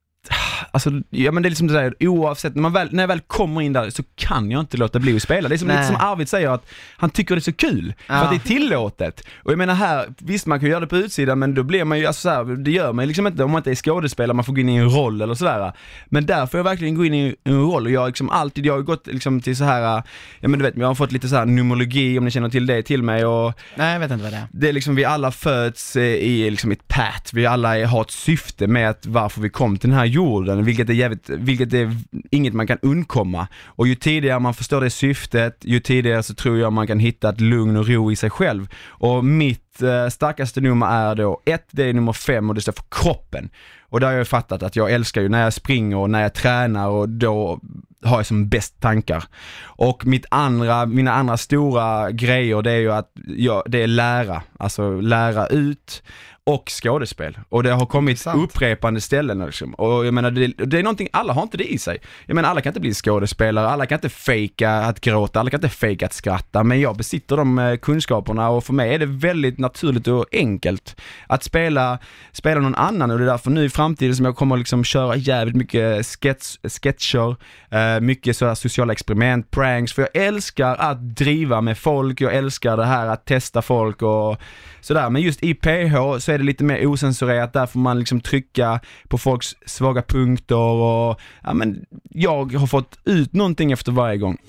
alltså, ja men det är liksom det där, oavsett, när, man väl, när jag väl kommer in där så kan jag inte låta bli att spela. Det är som, lite Nej. som Arvid säger, att han tycker det är så kul, för Ja. att det är tillåtet. Och jag menar här, visst man kan göra det på utsidan, men då blir man ju, alltså så här, det gör man ju liksom inte om man inte är skådespelare, man får gå in i en roll eller sådär. Men där får jag verkligen gå in i en roll, och jag har liksom alltid, jag har gått liksom till så här, ja men du vet, jag har fått lite så här numerologi, om ni känner till det, till mig, och Nej, jag vet inte vad det är. det är liksom, vi alla föds eh, i liksom ett pat, vi alla är- har ett syfte med att varför vi kom till den här jorden, vilket är jävligt, vilket är inget man kan undkomma. Och ju tidigare man förstår det syftet, ju tidigare så tror jag man kan hitta ett lugn och ro i sig själv. Och mitt eh, starkaste nummer är då ett, det är nummer fem, och det står för kroppen. Och där har jag ju fattat att jag älskar ju när jag springer och när jag tränar, och då har jag som bäst tankar. Och mitt andra, mina andra stora grejer, det är ju att jag, det är lära, alltså lära ut och skådespel. Och det har kommit Intressant. upprepande ställen liksom. Och jag menar, det, det är någonting, alla har inte det i sig. Jag menar, alla kan inte bli skådespelare, alla kan inte fejka att gråta, alla kan inte fejka att skratta, men jag besitter de eh, kunskaperna, och för mig är det väldigt naturligt och enkelt att spela, spela någon annan, och det är därför nu i framtiden som jag kommer liksom köra jävligt mycket sketch, sketcher, eh, mycket så här sociala experiment, pranks, för jag älskar att driva med folk, jag älskar det här att testa folk och sådär, men just i P H så är det lite mer osensurerat, där får man liksom trycka på folks svaga punkter, och ja, men jag har fått ut någonting efter varje gång.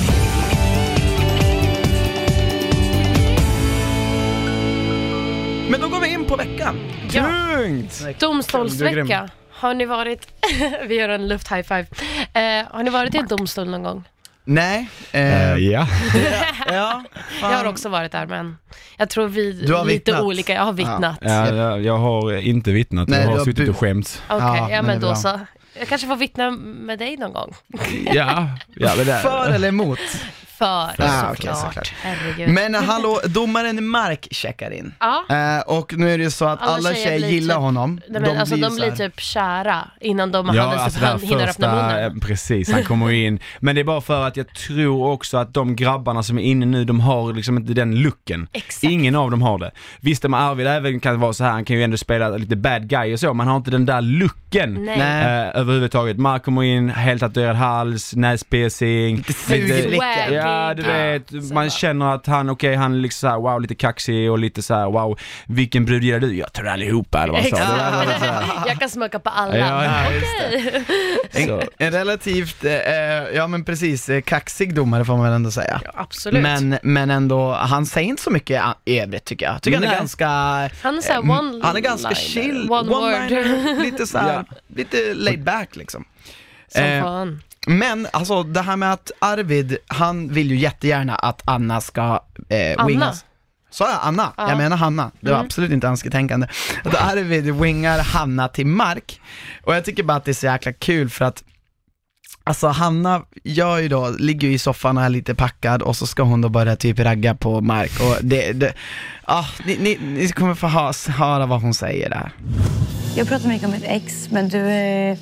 Men då går vi in på veckan. Ja. Tungt! Domstolsvecka. Har ni varit, vi gör en luft high five. Eh, har ni varit i en domstol någon gång? Nej. Eh, ja. ja. Jag har också varit där, men jag tror vi Du har lite vittnat. olika. Jag har vittnat. Ja, jag, jag har inte vittnat, Nej, jag du har har suttit bu- och skämts. Okej, Ja, ja, men men det är då bra. så. Jag kanske får vittna med dig någon gång. Ja, ja men det... För eller emot? För, Ah, såklart. okej, såklart. Herregud. Men hallå, domaren Mark checkar in. Ja. Eh, och nu är det ju så att alla, alla tjejer, tjejer gillar typ, honom. Nej, men de alltså blir de blir typ kära innan de ja, hann alltså han hinner öppna munnen. Precis, han kommer in. Men det är bara för att jag tror också att de grabbarna som är inne nu, de har liksom inte den looken. Exakt. Ingen av dem har det. Visst, med Arvid även kan vara så här, han kan ju ändå spela lite bad guy och så, man har inte den där looken. Nej. Eh, överhuvudtaget. Mark kommer in, helt tatuerad hals, näspiercing. Lite sugblicken. Ja, du vet, man känner att han, okej, okay, han är liksom såhär, wow, lite kaxig och lite såhär, wow, vilken brud gillar du? Jag tror allihopa, eller vad så. Jag kan smaka på alla. Ja, ja, okej. En, en relativt, eh, ja men precis, eh, kaxig domare får man väl ändå säga. Ja, absolut. Men, men ändå, han säger inte så mycket i övrigt tycker jag. Tycker han är ganska... Han är så här eh, one Han är ganska liner. chill, One one-liner, word. lite så här, Ja. lite laid back liksom. Som Eh, fan. Men alltså det här med att Arvid, han vill ju jättegärna att Anna ska eh, Anna? wingas. Sa jag Anna? Ja. Jag menar Hanna. Det var Mm. absolut inte önsketänkande. Att Arvid wingar Hanna till Mark. Och jag tycker bara att det är så jäkla kul för att alltså Hanna gör ju då, ligger ju i soffan och är lite packad och så ska hon då börja typ ragga på Mark. Och det, det ah, ni, ni, ni kommer få ha, höra vad hon säger där. Jag pratar mycket om mitt ex, men du är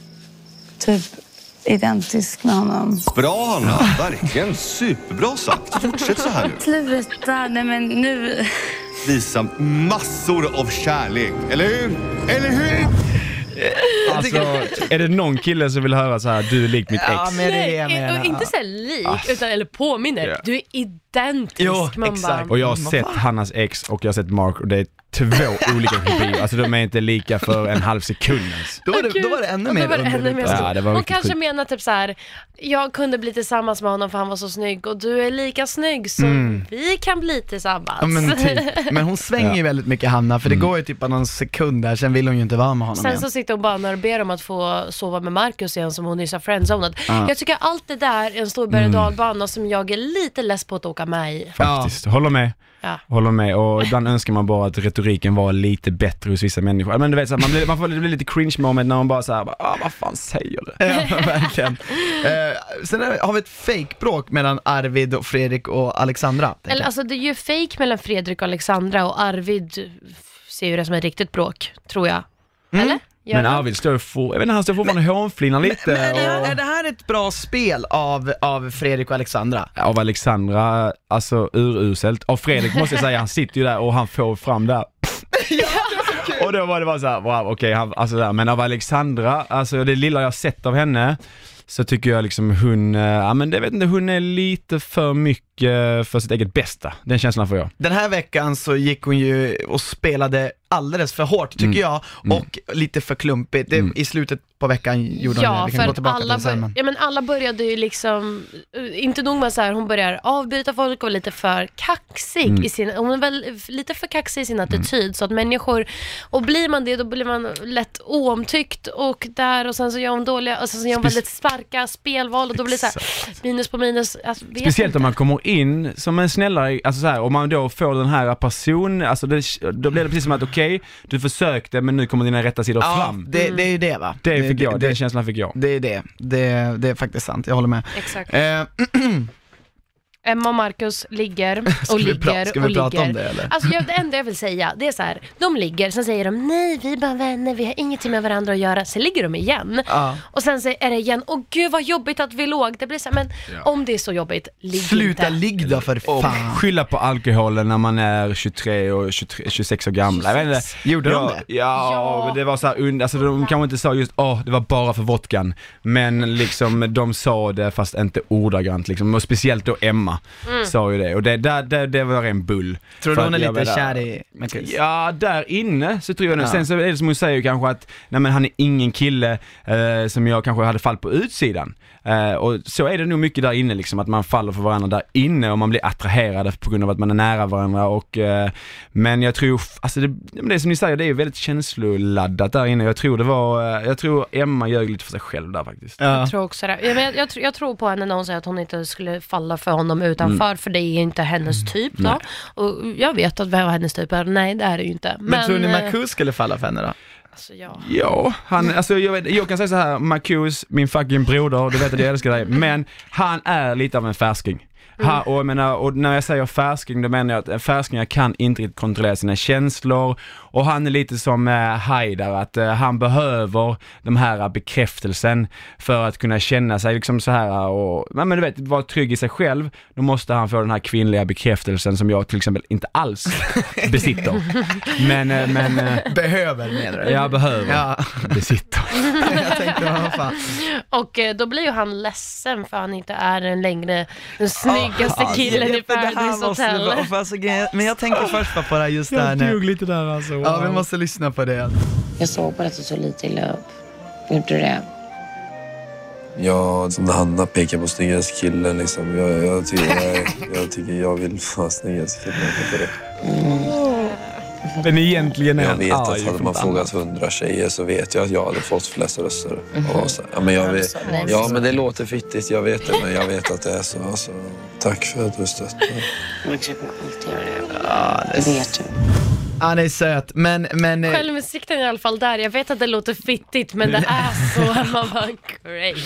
typ identisk med honom. Bra Hanna, verkligen superbra sagt. Fortsätt så här nu. Sluta, nej men nu... Visa massor av kärlek, eller hur? Eller hur? Alltså, är det någon kille som vill höra så här, du är lik mitt ex? Ja, men det är det jag Nej, menar. och inte så här lik, utan, eller påminner. Ja. Du är identisk. Jo, man exakt. Och jag har Men vad sett fan? Hannas ex och jag har sett Mark och det är två olika kopior. Alltså de är inte lika för en halv sekund ens. Då var det, Gud. då var det ännu Och mer då var det ännu underligt, mer alltså. Ja, det var och riktigt kanske sjukt. menar typ så här: jag kunde bli tillsammans med honom för han var så snygg och du är lika snygg så vi kan bli tillsammans. Ja, men, typ. Men hon svänger ju väldigt mycket Hanna, för det går ju typ bara någon sekund där, sen vill hon ju inte vara med honom Sen igen. så sitter hon bara och ber om att få sova med Marcus igen som hon nyss har friendzonat. Ja. Jag tycker allt det där är en stor berg- och dalbana som jag är lite less på att åka med i. Faktiskt, håller med. Ja. Håller med, och ibland önskar man bara att retoriken var lite bättre hos vissa människor. Men du vet, så här, man, blir, man får det blir lite cringe moment när man bara såhär, ah, vad fan säger du? Ja, verkligen. Eh, sen har vi ett fake-bråk mellan Arvid och Fredrik och Alexandra. tänker Eller jag. alltså det är ju fake mellan Fredrik och Alexandra och Arvid ser ju det som ett riktigt bråk, tror jag. Eller? Gör Men han? Arvid står för, jag vet inte, han står fortfarande hånflinar lite. Men är, det här, och... är det här ett bra spel av, av Fredrik och Alexandra? Av Alexandra, alltså uruselt. Av Fredrik måste jag säga, han sitter ju där och han får fram där. Och då var det bara så här, wow, okej, han, alltså där. Men av Alexandra, alltså det lilla jag sett av henne, så tycker jag liksom hon, äh, ja men det vet inte, hon är lite för mycket för sitt eget bästa. Den känslan får jag. Den här veckan så gick hon ju och spelade alldeles för hårt tycker Mm. jag, och lite för klumpigt. Det, Mm. I slutet på veckan gjorde hon Ja, det. Vi kan gå för tillbaka alla, till det sen. bör- Men... ja, men alla började ju liksom, uh, inte nog med så här, hon börjar avbryta folk och lite för kaxig Mm. i sin, hon är väl lite för kaxig i sin attityd, så att människor, och blir man det då blir man lätt oomtyckt och där, och sen så gör hon dåliga, och sen så gör hon Spec- väldigt starka spelval och då blir det så här, minus på minus. Alltså, vet Speciellt inte. om man kommer in som en snällare, alltså så här, om man då får den här person, alltså det, då blir det precis som att okej, du försökte men nu kommer dina rätta sidor Ja, fram. det, det är ju det va? Det fick jag, det, den känslan fick jag. det är det. det. Det är faktiskt sant, jag håller med. Exakt. Eh, Emma och Marcus ligger ska och vi, ligger pra- ska och vi prata ligger. om det eller? Alltså jag, det enda jag vill säga, det är så här: de ligger, sen säger de nej, vi är bara vänner, vi har ingenting med varandra att göra. Sen ligger de igen. Ja. Och sen så är det igen, åh gud vad jobbigt att vi låg. Det blir så här, men om det är så jobbigt, ligg Sluta inte. ligg då för Och fan. skylla på alkoholen när man är tjugotre och tjugotre, tjugosex år gamla. Jag vet inte. Gjorde de ja, det? Ja, Ja. men det var så här, und- alltså de kanske inte sa just, åh, det var bara för vodkan. Men liksom, de sa det fast inte ordagrant liksom. Och speciellt då Emma sa ju det. Och det, där, där, det var en bull. Tror För du hon är att jag lite vet- kär i Marcus? Ja, där inne så tror jag det. Ja. Sen så är det som hon säger kanske att nej, men han är ingen kille eh, som jag kanske hade fallit på utsidan. Eh, och så är det nog mycket där inne liksom, att man faller för varandra där inne och man blir attraherad på grund av att man är nära varandra. Och, eh, men jag tror, alltså det, det som ni säger, det är ju väldigt känsloladdat där inne. Jag tror det var, eh, jag tror Emma ljög lite för sig själv där faktiskt. Ja. Jag tror också det. Ja, men jag, jag, tror- jag tror på henne när hon säger att hon inte skulle falla för honom utanför, för det är inte hennes typ då. Nej. Och jag vet att vad hennes typ är. Nej, det är det ju inte. Men, tror ni eh, Marcus skulle falla för henne då? Alltså, ja. Ja, han, alltså, jag, vet, jag kan säga så här, Marcus, min fucking broder, du vet att jag älskar dig, men han är lite av en färsking. Mm. Ha, och, jag menar, och när jag säger färsking, då menar jag att en färsking kan inte riktigt kontrollera sina känslor, och han är lite som eh, Haidar, att eh, han behöver de här bekräftelsen för att kunna känna sig liksom så här och, men du vet, vara trygg i sig själv. Då måste han få den här kvinnliga bekräftelsen som jag till exempel inte alls besitter. Men, eh, men eh, Behöver, menar du? jag behöver Ja. besitter. Jag tänkte, vad fan. Och eh, då blir ju han ledsen för han inte är den längre den snyggaste Oh, killen alltså, i Paradise Hotel. Vara, för alltså, men jag tänker först på det här just där. Jag tog lite där alltså. Wow. Ja, vi måste lyssna på det. Jag såg på att du så lite illa upp. Gjorde du det? Ja, som när Hanna pekar på snyggaste killen liksom. Jag, jag, tycker, jag, jag tycker jag vill vara snyggaste killen för det. Men egentligen är Jag han vet arg att hade för man något frågat annat. hundra tjejer så vet jag att jag hade fått flest röster. Och så, ja, men jag vet, ja, men det låter fittigt, jag vet det, men jag vet att det är så. Alltså, tack för att du stöttar. Jag försöker alltid göra det. Ja, det Det vet du. Han är söt, men... men eh, Självinsikten är i alla fall där. Jag vet att det låter fittigt, men det är så. Man bara, great.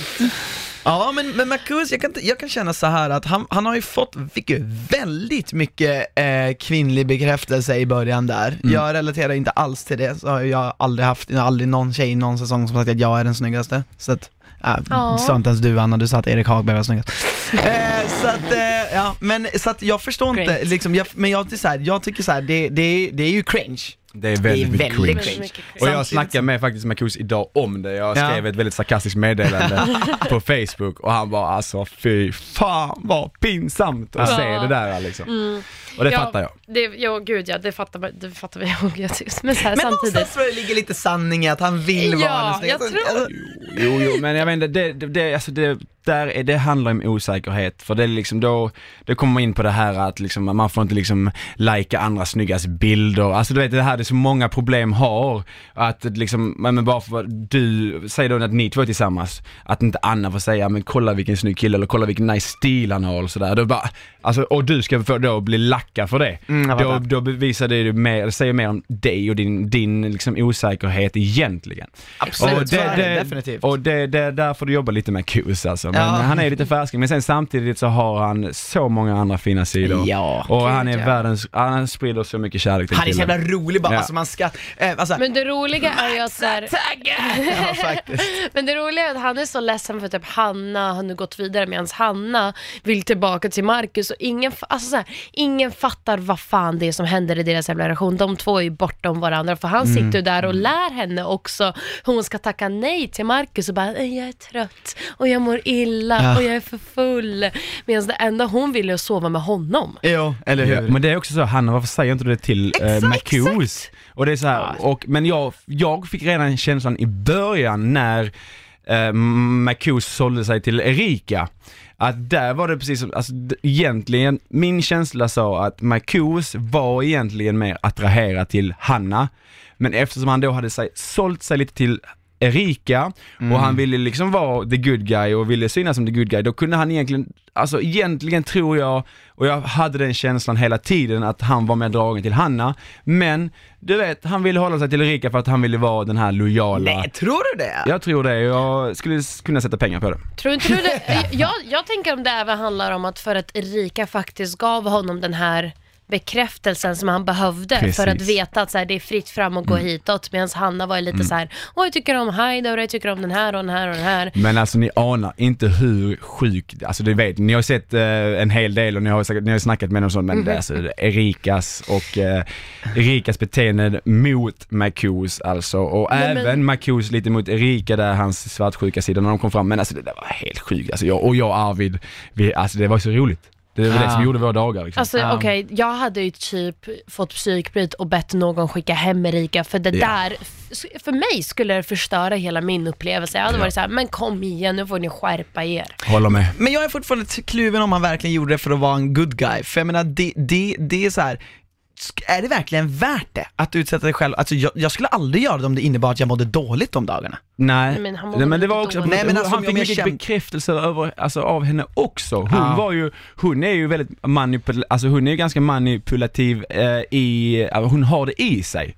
ja, men, men Marcus, jag kan, jag kan känna så här att han, han har ju fått fick ju väldigt mycket eh, kvinnlig bekräftelse i början där. Mm. Jag relaterar inte alls till det, så har jag aldrig haft, jag har aldrig någon tjej i någon säsong som sagt att jag är den snyggaste. Så att, äh, Ja. sa inte ens du, Anna, du sa att Erik Hagberg var snyggast. eh, så att, eh, ja, men så att jag förstår inte, Great. liksom, jag, men jag, så här, jag tycker så här, det, det, det är ju cringe. Det är väldigt, Det är mycket väldigt cringe. cringe. Och jag Samtidigt snackade med faktiskt Marcus idag om det. Jag Ja. skrev ett väldigt sarkastiskt meddelande på Facebook och han bara alltså fy fan vad pinsamt att Ja. se det där liksom. Mm. Och det Ja, fattar jag. Det, ja, gud ja, det fattar, man- det fattar vi också. Men så här, Men samtidigt. någonstans tror jag det ligger lite sanning i att han vill vara Ja, den snyggaste. jag tror- Alltså, Jo, jo, men jag vet inte, det, det, det, alltså det, där är, det handlar om osäkerhet, för det är liksom då, det kommer man in på det här att liksom, man får inte liksom lajka andra snyggas bilder, alltså du vet det här, det är så många problem har, att liksom, men bara för du, säger då att ni två är tillsammans, att inte Anna får säga, men kolla vilken snygg kille, eller kolla vilken nice stil han har och sådär, då bara, alltså, och du ska få då bli lacka för det, Mm, jag då, fattar. då bevisar det mer, det säger mer om dig och din, din liksom osäkerhet egentligen. Absolut, Och så är det, det, definitivt. och det, det, där får du jobba lite med Kus alltså. Men Ja. han är lite färsking, men sen samtidigt så har han så många andra fina sidor. Ja. Och han är ja. världens, han sprider så mycket kärlek till Han är så killen. jävla rolig bara, Ja. alltså man ska, eh, alltså, Men det roliga är ju att så här, ja, faktiskt. men det roliga är att han är så ledsen för typ Hanna har nu gått vidare medan Hanna vill tillbaka till Marcus och ingen, fa- alltså så här, ingen fattar vad fan det är som händer i deras jävla relation. De två är ju bortom varandra för han sitter ju där och lär henne också hur hon ska tacka nej till Marcus och bara jag är trött och jag mår illa Ja. och jag är för full, medan det enda hon vill är att sova med honom. Jo, eller hur? Ja, men det är också så, Hanna, varför säger inte du det till eh, Exakt, Marcus? Och det är så här, och, men jag, jag fick redan känslan i början när eh, Marcus sålde sig till Erika, att där var det precis som, alltså d- egentligen, min känsla sa att Marcus var egentligen mer attraherad till Hanna, men eftersom han då hade sig, sålt sig lite till Erika Mm. och han ville liksom vara the good guy och ville synas som the good guy, då kunde han egentligen, alltså egentligen tror jag, och jag hade den känslan hela tiden att han var mer dragen till Hanna, men du vet, han ville hålla sig till Erika för att han ville vara den här lojala. Nej, tror du det? Jag tror det, jag skulle kunna sätta pengar på det. Tror inte du det? Jag, jag tänker om det även handlar om att för att Erika faktiskt gav honom den här bekräftelsen som han behövde. Precis. För att veta att så här, det är fritt fram och gå hitåt, medan Hanna var lite så här: åh, jag tycker om Haidar och jag tycker om den här och den här och den här. Men alltså ni anar inte hur sjukt, alltså det vet ni har sett eh, en hel del och ni har, säkert, ni har snackat med någon sån, men det är alltså Erikas och eh, Erikas beteende mot Marcus alltså, och Men- även men- Marcus lite mot Erika där, hans svartsjuka sida när de kom fram, men alltså det där var helt sjukt, alltså jag, och jag och Arvid, vi, alltså det var så roligt. Det var Ja. det som gjorde våra dagar liksom. Alltså Ja. okej, jag hade ju typ fått psykbryt och bett någon skicka hem Erika, för det Ja. där, för mig skulle det förstöra hela min upplevelse. Jag hade Ja. varit så här: men kom igen, nu får ni skärpa er. Håller med. Men jag är fortfarande t- kluven om han verkligen gjorde det för att vara en good guy. För jag menar, det, det, det är så här. sk- Är det verkligen värt det att utsätta dig själv? Alltså jag, jag skulle aldrig göra det om det innebar att jag mådde dåligt de dagarna. Nej, Men han mådde Nej, men det lite var också dåligt. Nej, men alltså, han om fick jag mycket kände- bekräftelse över, alltså, av henne också. Hon Ja. var ju, hon är ju väldigt manipul, alltså hon är ju ganska manipulativ eh, i, alltså, hon har det i sig.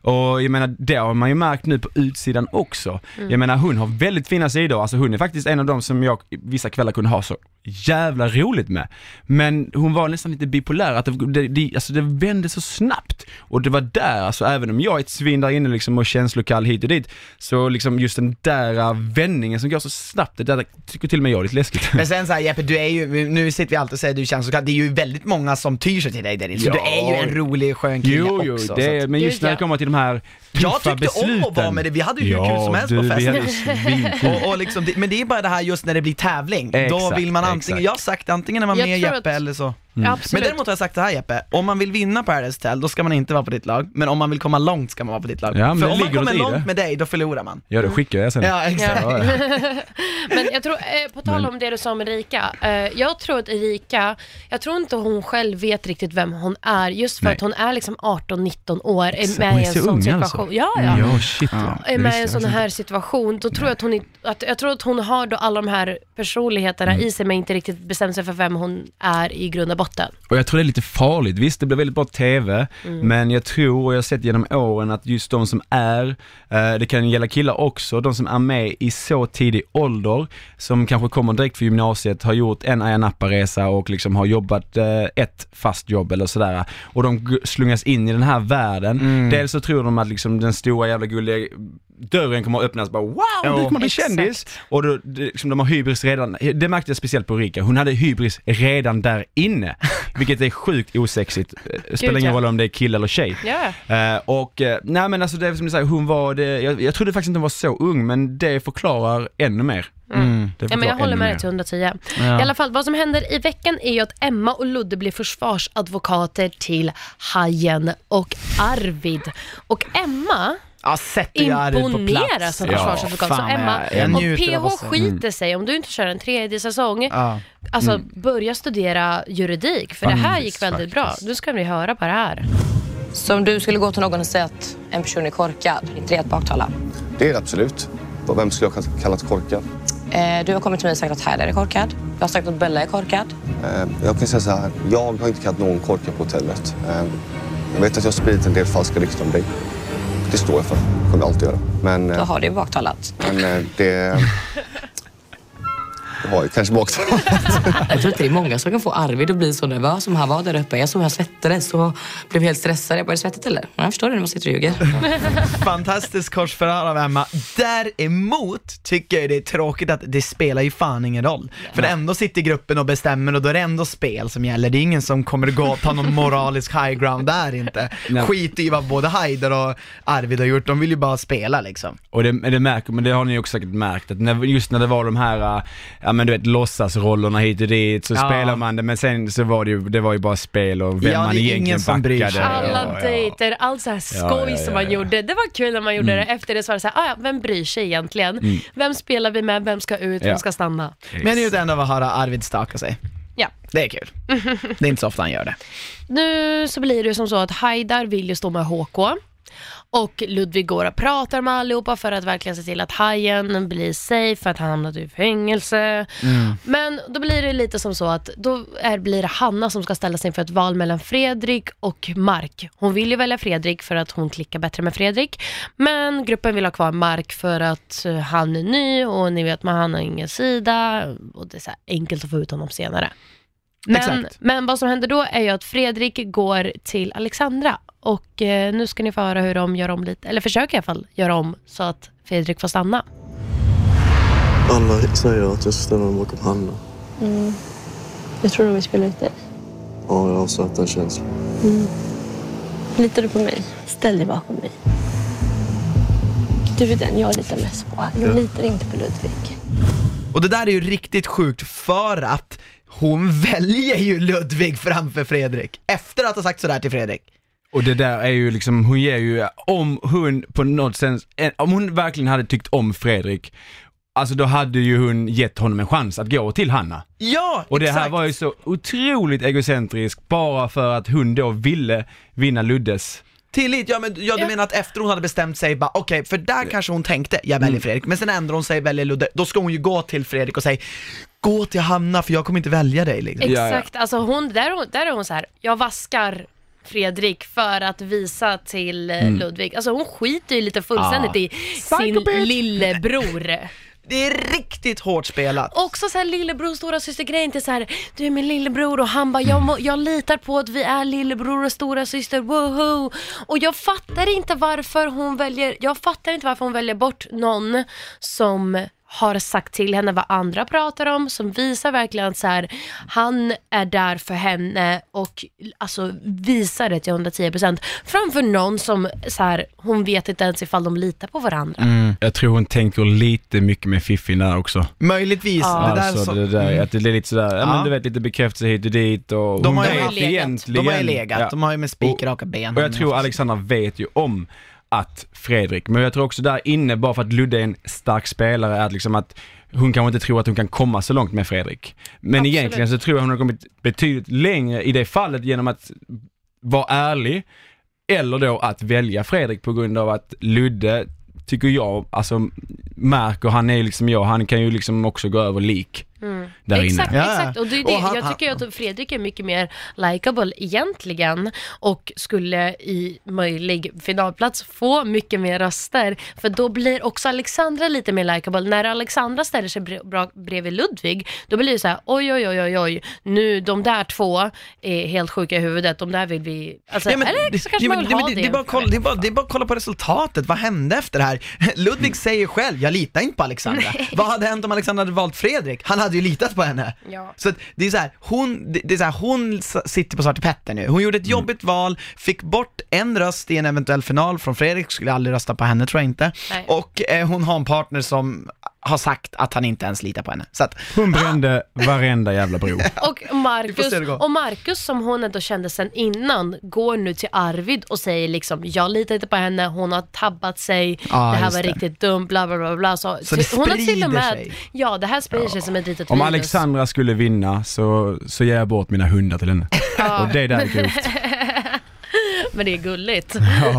Och jag menar, det har man ju märkt nu på utsidan också. Mm. Jag menar, hon har väldigt fina sidor. Alltså hon är faktiskt en av dem som jag vissa kvällar kunde ha så jävla roligt med. Men hon var nästan lite bipolär. Att det, det, det, alltså det vände så snabbt. Och det var där, alltså även om jag är ett svin där inne liksom, och känslokall hit och dit, så liksom just den där vändningen som går så snabbt, det där tycker till och med jag är lite läskigt. Men sen så här, Jeppe, du är ju, nu sitter vi alltid och säger du känns så kall. Det är ju väldigt många som tyr sig till dig där inne. Så ja. Du är ju en rolig, skön kille jo, jo, också. Det, att, men just när det kommer till de här tuffa jag besluten. Jag tyckte om att vara med det, vi hade ju hur ja, kul som helst du, på festen. och, och liksom, det, men det är bara det här just när det blir tävling. Exakt, då vill man antingen, exakt. jag har sagt antingen när man är med Jeppe att, eller så. Mm. Men däremot har jag sagt det här, Jeppe, om man vill vinna Paradise Hotel, då ska man inte vara på ditt lag. Men om man vill komma långt ska man vara på ditt lag. Ja, för om man kommer långt det. med dig, då förlorar man. Ja, då skickar jag sen. Ja, exakt. Ja. Men jag tror, eh, på tal om det du sa med Erika, eh, jag tror att Erika, jag tror inte hon själv vet riktigt vem hon är, just för Nej. att hon är liksom arton nitton år, är med i en sån situation. Alltså. Ja, ja. Ja, shit. Ja. Är med i en sån här situation, då tror jag att hon, att, jag tror att hon har då alla de här personligheterna mm. i sig, men inte riktigt bestämt sig för vem hon är i grund och botten. Och jag tror det är lite farligt. Visst, det blir väldigt bra tv, mm. men jag tror, och jag har sett genom åren, att just de som är, eh, det kan gälla killar också, de som är med i så tidig ålder, som kanske kommer direkt för gymnasiet, har gjort en Ayia Napa-resa och liksom har jobbat eh, ett fast jobb eller sådär, och de slungas in i den här världen. Mm. Dels så tror de att liksom den stora jävla gulliga dörren kommer att öppnas, bara wow, oh, du kommer bli kändis. Och då, det, liksom, de har hybris redan, det märkte jag speciellt på Erika, hon hade hybris redan där inne, vilket är sjukt osexigt. Spelar ingen roll om det är kille eller tjej. Yeah. Uh, och uh, nej men alltså det är som du säger, hon var det, jag, jag trodde faktiskt inte hon var så ung, men det förklarar ännu mer. Mm. Ja, men jag håller med dig till hundratio. Ja. I alla fall, vad som händer i veckan är ju att Emma och Ludde blir försvarsadvokater till Hajen och Arvid. Och Emma ja, imponerar som försvarsadvokat. Ja, så Emma, och P H skiter mm. sig om du inte kör en tredje säsong. Ja. Alltså mm. börja studera juridik, för mm. det här gick väldigt bra. Nu ska vi höra på det här. Så om du skulle gå till någon och säga att en person är korkad, inte det att baktala? Det är det absolut. Och vem skulle jag kalla korkad? Eh, du har kommit till mig och sagt att Heider är korkad. Jag har sagt att Bella är korkad. Eh, jag kan säga så här, jag har inte kallat någon korkad på hotellet. Eh, jag vet att jag har spridit en del falska rykten om dig. Det står jag för, det kommer jag alltid göra. Men, då har du baktalat. Men eh, det... Det har ju kanske baktalat. Jag tror inte det är många som kan få Arvid att bli så nervös som han var där uppe. Jag såg jag svettades och blev helt stressad. Jag började svettas eller? Jag förstår det när man sitter och ljuger. Fantastisk korsförhör av Emma. Däremot tycker jag det är tråkigt att det spelar ju fan ingen roll. För det ändå sitter gruppen och bestämmer, och då är det ändå spel som gäller. Det är ingen som kommer gå och ta någon moralisk high ground där inte. Skit i vad både Heider och Arvid har gjort. De vill ju bara spela liksom. Och det, det märker, men det har ni också säkert märkt, att när, just när det var de här... Ja, men du vet, låtsasrollerna hit och dit, så ja. spelar man det, men sen så var det ju, det var ju bara spel och vem ja, man egentligen backade. Alla ja, dejter, ja. allt så här skoj ja, ja, ja, som man ja. gjorde. Det var kul när man gjorde mm. det. Efter det så var det så här, ah, ja, vem bryr sig egentligen? Mm. Vem spelar vi med? Vem ska ut? Ja. Vem ska stanna? Yes. Men det är ju ändå att höra Arvid staka sig. Ja. Det är kul. Det är inte så ofta han gör det. Nu så blir det som så att Haidar vill ju stå med H K. Och Ludvig går och pratar med allihopa för att verkligen se till att Hajen blir safe, för att han hamnat i fängelse. Mm. Men då blir det lite som så att då är, blir det Hanna som ska ställa sig för ett val mellan Fredrik och Mark. Hon vill ju välja Fredrik för att hon klickar bättre med Fredrik. Men gruppen vill ha kvar Mark för att han är ny och ni vet, man han har ingen sida. Och det är så här enkelt att få ut honom senare. Men, men vad som händer då är ju att Fredrik går till Alexandra. Och eh, nu ska ni få höra hur de gör om lite, eller försöker i alla fall göra om så att Fredrik får stanna. Alla säger att jag ska ställa dem bakom Hanna. Mm. Jag tror de vill spela ut dig. Ja, jag har satt en känsla. Mm. Litar du på mig? Ställ dig bakom mig. Du är den jag litar mest på. Jag litar inte på Ludvig. Och det där är ju riktigt sjukt, för att hon väljer ju Ludvig framför Fredrik efter att ha sagt sådär till Fredrik. Och det där är ju liksom, hon ger ju, om hon på något sätt, om hon verkligen hade tyckt om Fredrik, alltså då hade ju hon gett honom en chans att gå till Hanna. Ja, och det exakt. här var ju så otroligt egocentriskt, bara för att hon då ville vinna Luddes tillit. Ja, men jag ja. menar att efter hon hade bestämt sig, bara okej, okay, för där kanske hon tänkte, jag väljer mm. Fredrik, men sen ändrar hon sig, väljer Ludde, då ska hon ju gå till Fredrik och säga, gå till Hanna för jag kommer inte välja dig liksom. Exakt, ja, ja. Alltså hon, där, där är hon så här, jag vaskar Fredrik för att visa till eh, Mm. Ludvig. Alltså hon skiter ju lite fullständigt Ah. i sin lillebror. Det är riktigt hårt spelat. Också så här lillebror och stora syster grejen till så här, du är min lillebror och han bara, jag, må, jag litar på att vi är lillebror och stora syster, woho. Och jag fattar inte varför hon väljer, jag fattar inte varför hon väljer bort någon som har sagt till henne vad andra pratar om, som visar verkligen så här, han är där för henne och alltså visar det till hundratio procent framför någon som så här, hon vet inte ens ifall de litar på varandra. Mm. Jag tror hon tänker lite mycket med Fiffi där också. Möjligtvis. Ja. Det där Alltså så... det där, Mm. att det är lite sådär, ja, Ja. men du vet, lite bekräftelse hit och dit och De hon har ju vet legat. egentligen. De har ju legat, Ja. de har ju med spikraka ben. Och jag tror Alexandra vet ju om att Fredrik, men jag tror också där inne, bara för att Ludde är en stark spelare, är att liksom att hon kanske inte tror att hon kan komma så långt med Fredrik. Men Absolut. egentligen så tror jag hon har kommit betydligt längre i det fallet genom att vara ärlig, eller då att välja Fredrik på grund av att Ludde, tycker jag, alltså märker, han är liksom jag, han kan ju liksom också gå över lik. Mm. Där Exakt, inne. exakt. Och det är det. Och han- jag tycker att Fredrik är mycket mer likeable egentligen och skulle i möjlig finalplats få mycket mer röster, för då blir också Alexandra lite mer likeable. När Alexandra ställer sig bre- bra- bredvid Ludvig, då blir det så här: oj oj oj oj oj, nu de där två är helt sjuka i huvudet, de där vill vi alltså, Ja, men eller det- så kanske ja, man men vill det, ha det, det. det, är bara kolla, det, är bara, det är bara att kolla på resultatet. Vad hände efter det här? Ludvig säger själv, jag litar inte på Alexandra. Vad hade hänt om Alexandra hade valt Fredrik? Han hade ju litat på henne. Ja. Så att det är så här, hon, det, det är så här, hon s- sitter på Svarte Petter nu. Hon gjorde ett jobbigt val, fick bort en röst i en eventuell final från Fredrik, skulle aldrig rösta på henne, tror jag inte. Nej. Och eh, hon har en partner som har sagt att han inte ens litar på henne. Så att, Hon brände varenda jävla bro. Och Vi får Marcus, se hur det går. och Marcus som hon ändå kände sen innan, går nu till Arvid och säger liksom, jag litar inte på henne, hon har tabbat sig, Ja, det här just var det. riktigt dumt, bla bla bla bla. Så, Så det hon har till sprider och med, sig. ja, det här sprider sig som ett litet Om virus. Alexandra skulle vinna så, så ger jag bort mina hundar till henne. Och det där är grovt. Men det är gulligt. Ja.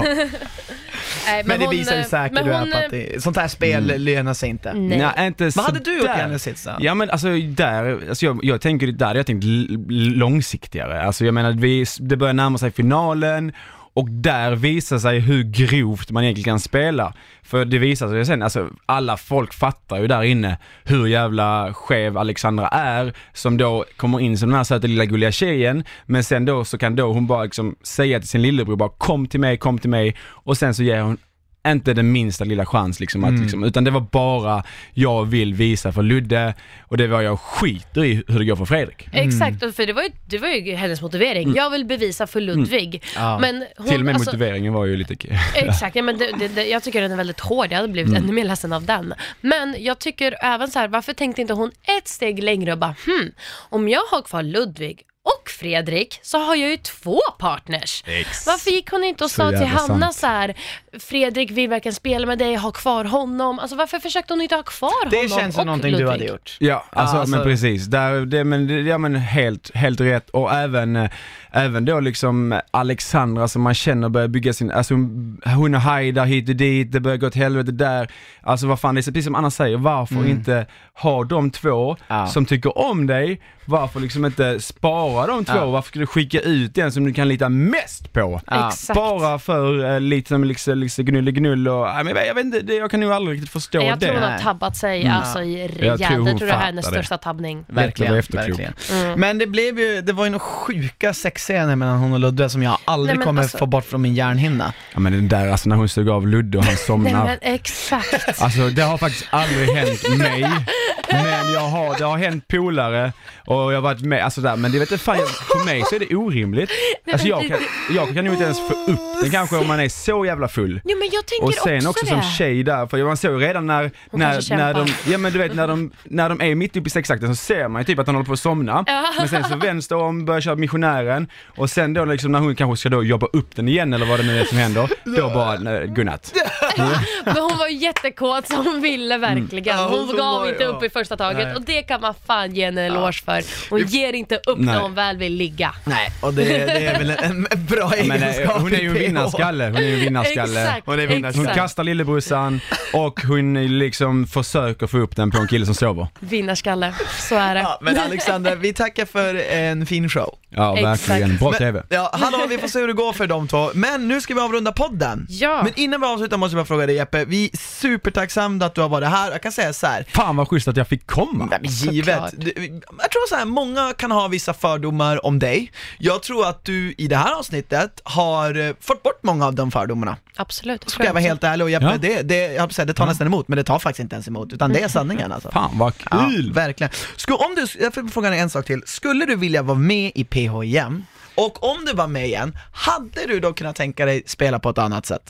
Nej, men det hon, visar ju säkert men du är hon, på att det, sånt här spel Mm. lönar sig inte. nej. Nej, inte Vad hade så du gjort i där. hennes sits då? Ja, men alltså där, alltså jag, jag tänker där, jag tänkte l- långsiktigare. Alltså jag menar, vi, det börjar närma sig finalen och där visar sig hur grovt man egentligen kan spela. För det visar sig sen, alltså alla folk fattar ju där inne hur jävla skev Alexandra är, som då kommer in som den här söta lilla gulliga tjejen, men sen då så kan då hon bara liksom säga till sin lillebror bara, kom till mig, kom till mig, och sen så ger hon inte den minsta lilla chans liksom, att, Mm. liksom, utan det var bara jag vill visa för Ludde, och det var jag skiter i hur det går för Fredrik. Exakt, och för det var, ju, det var ju hennes motivering. Jag vill bevisa för Ludvig. Ja. Men hon, Till och med alltså, motiveringen var ju lite... exakt, ja, men det, det, det, jag tycker den är väldigt hård. Jag hade blivit Mm. ännu mer ledsen av den. Men jag tycker även så här, varför tänkte inte hon ett steg längre och bara, hmm, om jag har kvar Ludvig och Fredrik så har jag ju två partners. Ex. Varför gick hon inte och Så sa till jävla Hanna sant. så här, Fredrik vill verkligen spela med dig, ha kvar honom. Alltså varför försökte hon inte ha kvar Det honom känns som och någonting Ludvig? du hade gjort. Ja, alltså, Ja, alltså- men precis. Där, det, men, det- ja, men helt, helt rätt. Och även, eh, även då liksom Alexandra som man känner börjar bygga sin, alltså hon, hon och Haida hit och dit, det börjar gå åt helvete där. Alltså vad fan, det är precis som Anna säger, varför Mm. inte ha de två Ja. som tycker om dig, varför liksom inte spara de två, Ja. varför ska du skicka ut den som du kan lita mest på? Ja. Exakt. Bara för eh, lite som liksom, liksom gnull och, nej, men jag vet inte, det, jag kan nog aldrig riktigt förstå Nej, jag det. tror hon har Nej. tabbat sig Mm. alltså i Jag rejält. tror hon Jag tror det här är hennes fattar det. största tabbning. Verkligen, Jäklar vad efterklok. verkligen. Mm. Men det blev ju, det var ju några sjuka sexscener mellan hon och Ludde som jag aldrig Nej, men kommer alltså- få bort från min hjärnhinna. Ja, men den där, alltså när hon stod av Ludde och han Nej somnar. men exakt. Alltså det har faktiskt aldrig hänt mig, men jag har, det har hänt polare och jag har varit med, alltså där, men det vet inte fan, jag- för mig så är det orimligt. Alltså jag kan, jag kan nog inte ens få upp den kanske om man är så jävla full. Jo men jag tänker Och sen också, också som det. tjej där, för man såg ju redan när, Hon när, kanske när de, kämpar. ja men du vet när de, när de är mitt uppe i sexakten så ser man ju typ att han håller på att somna. Ja. Men sen så vänster om, börjar köra missionären, och sen då liksom när hon kanske ska då jobba upp den igen eller vad det nu är som händer, då bara, nej, godnatt. Men hon var ju jättekåt så hon ville verkligen. Ja, Hon hon gav var- inte ja. upp i första taget. Nej. Och det kan man fan ge henne en eloge för. Hon ger inte upp när Nej. hon väl vill ligga. Nej, och det, det är väl en, en bra Ja, men, eh, egenskap. hon är ju en i P H. vinnarskalle, hon är ju en vinnarskalle. Exakt, Hon är vinnarskalle. Hon kastar lillebrorsan och hon liksom försöker få upp den på en kille som sover. Vinnarskalle, så är det. Ja, men Alexandra, vi tackar för en fin show. Ja, verkligen. Exakt. Bra Men- tv. Ja, hallå, vi får se hur det går för de två. Men nu ska vi avrunda podden. Ja. Men innan vi avslutar måste jag bara fråga dig, Jeppe. Vi är supertacksamma att du har varit här. Jag kan säga så här. Fan vad schysst att jag fick komma. Nej, men givet. Såklart. Du- Jag tror så här, många kan ha vissa fördomar om dig. Jag tror att du i det här avsnittet har eh, fått bort många av de fördomarna. Absolut. det Ska tror jag vara också. helt ärlig och Jeppe, Ja. det, det, jag höll på att säga, det tar Ja. nästan emot, men det tar faktiskt inte ens emot, utan det är sanningen alltså. Fan vad Ja, kul. verkligen. Ska, om du, jag får fråga dig en sak till. Skulle du vilja vara med i P H igen? Och om du var med igen, hade du då kunnat tänka dig spela på ett annat sätt?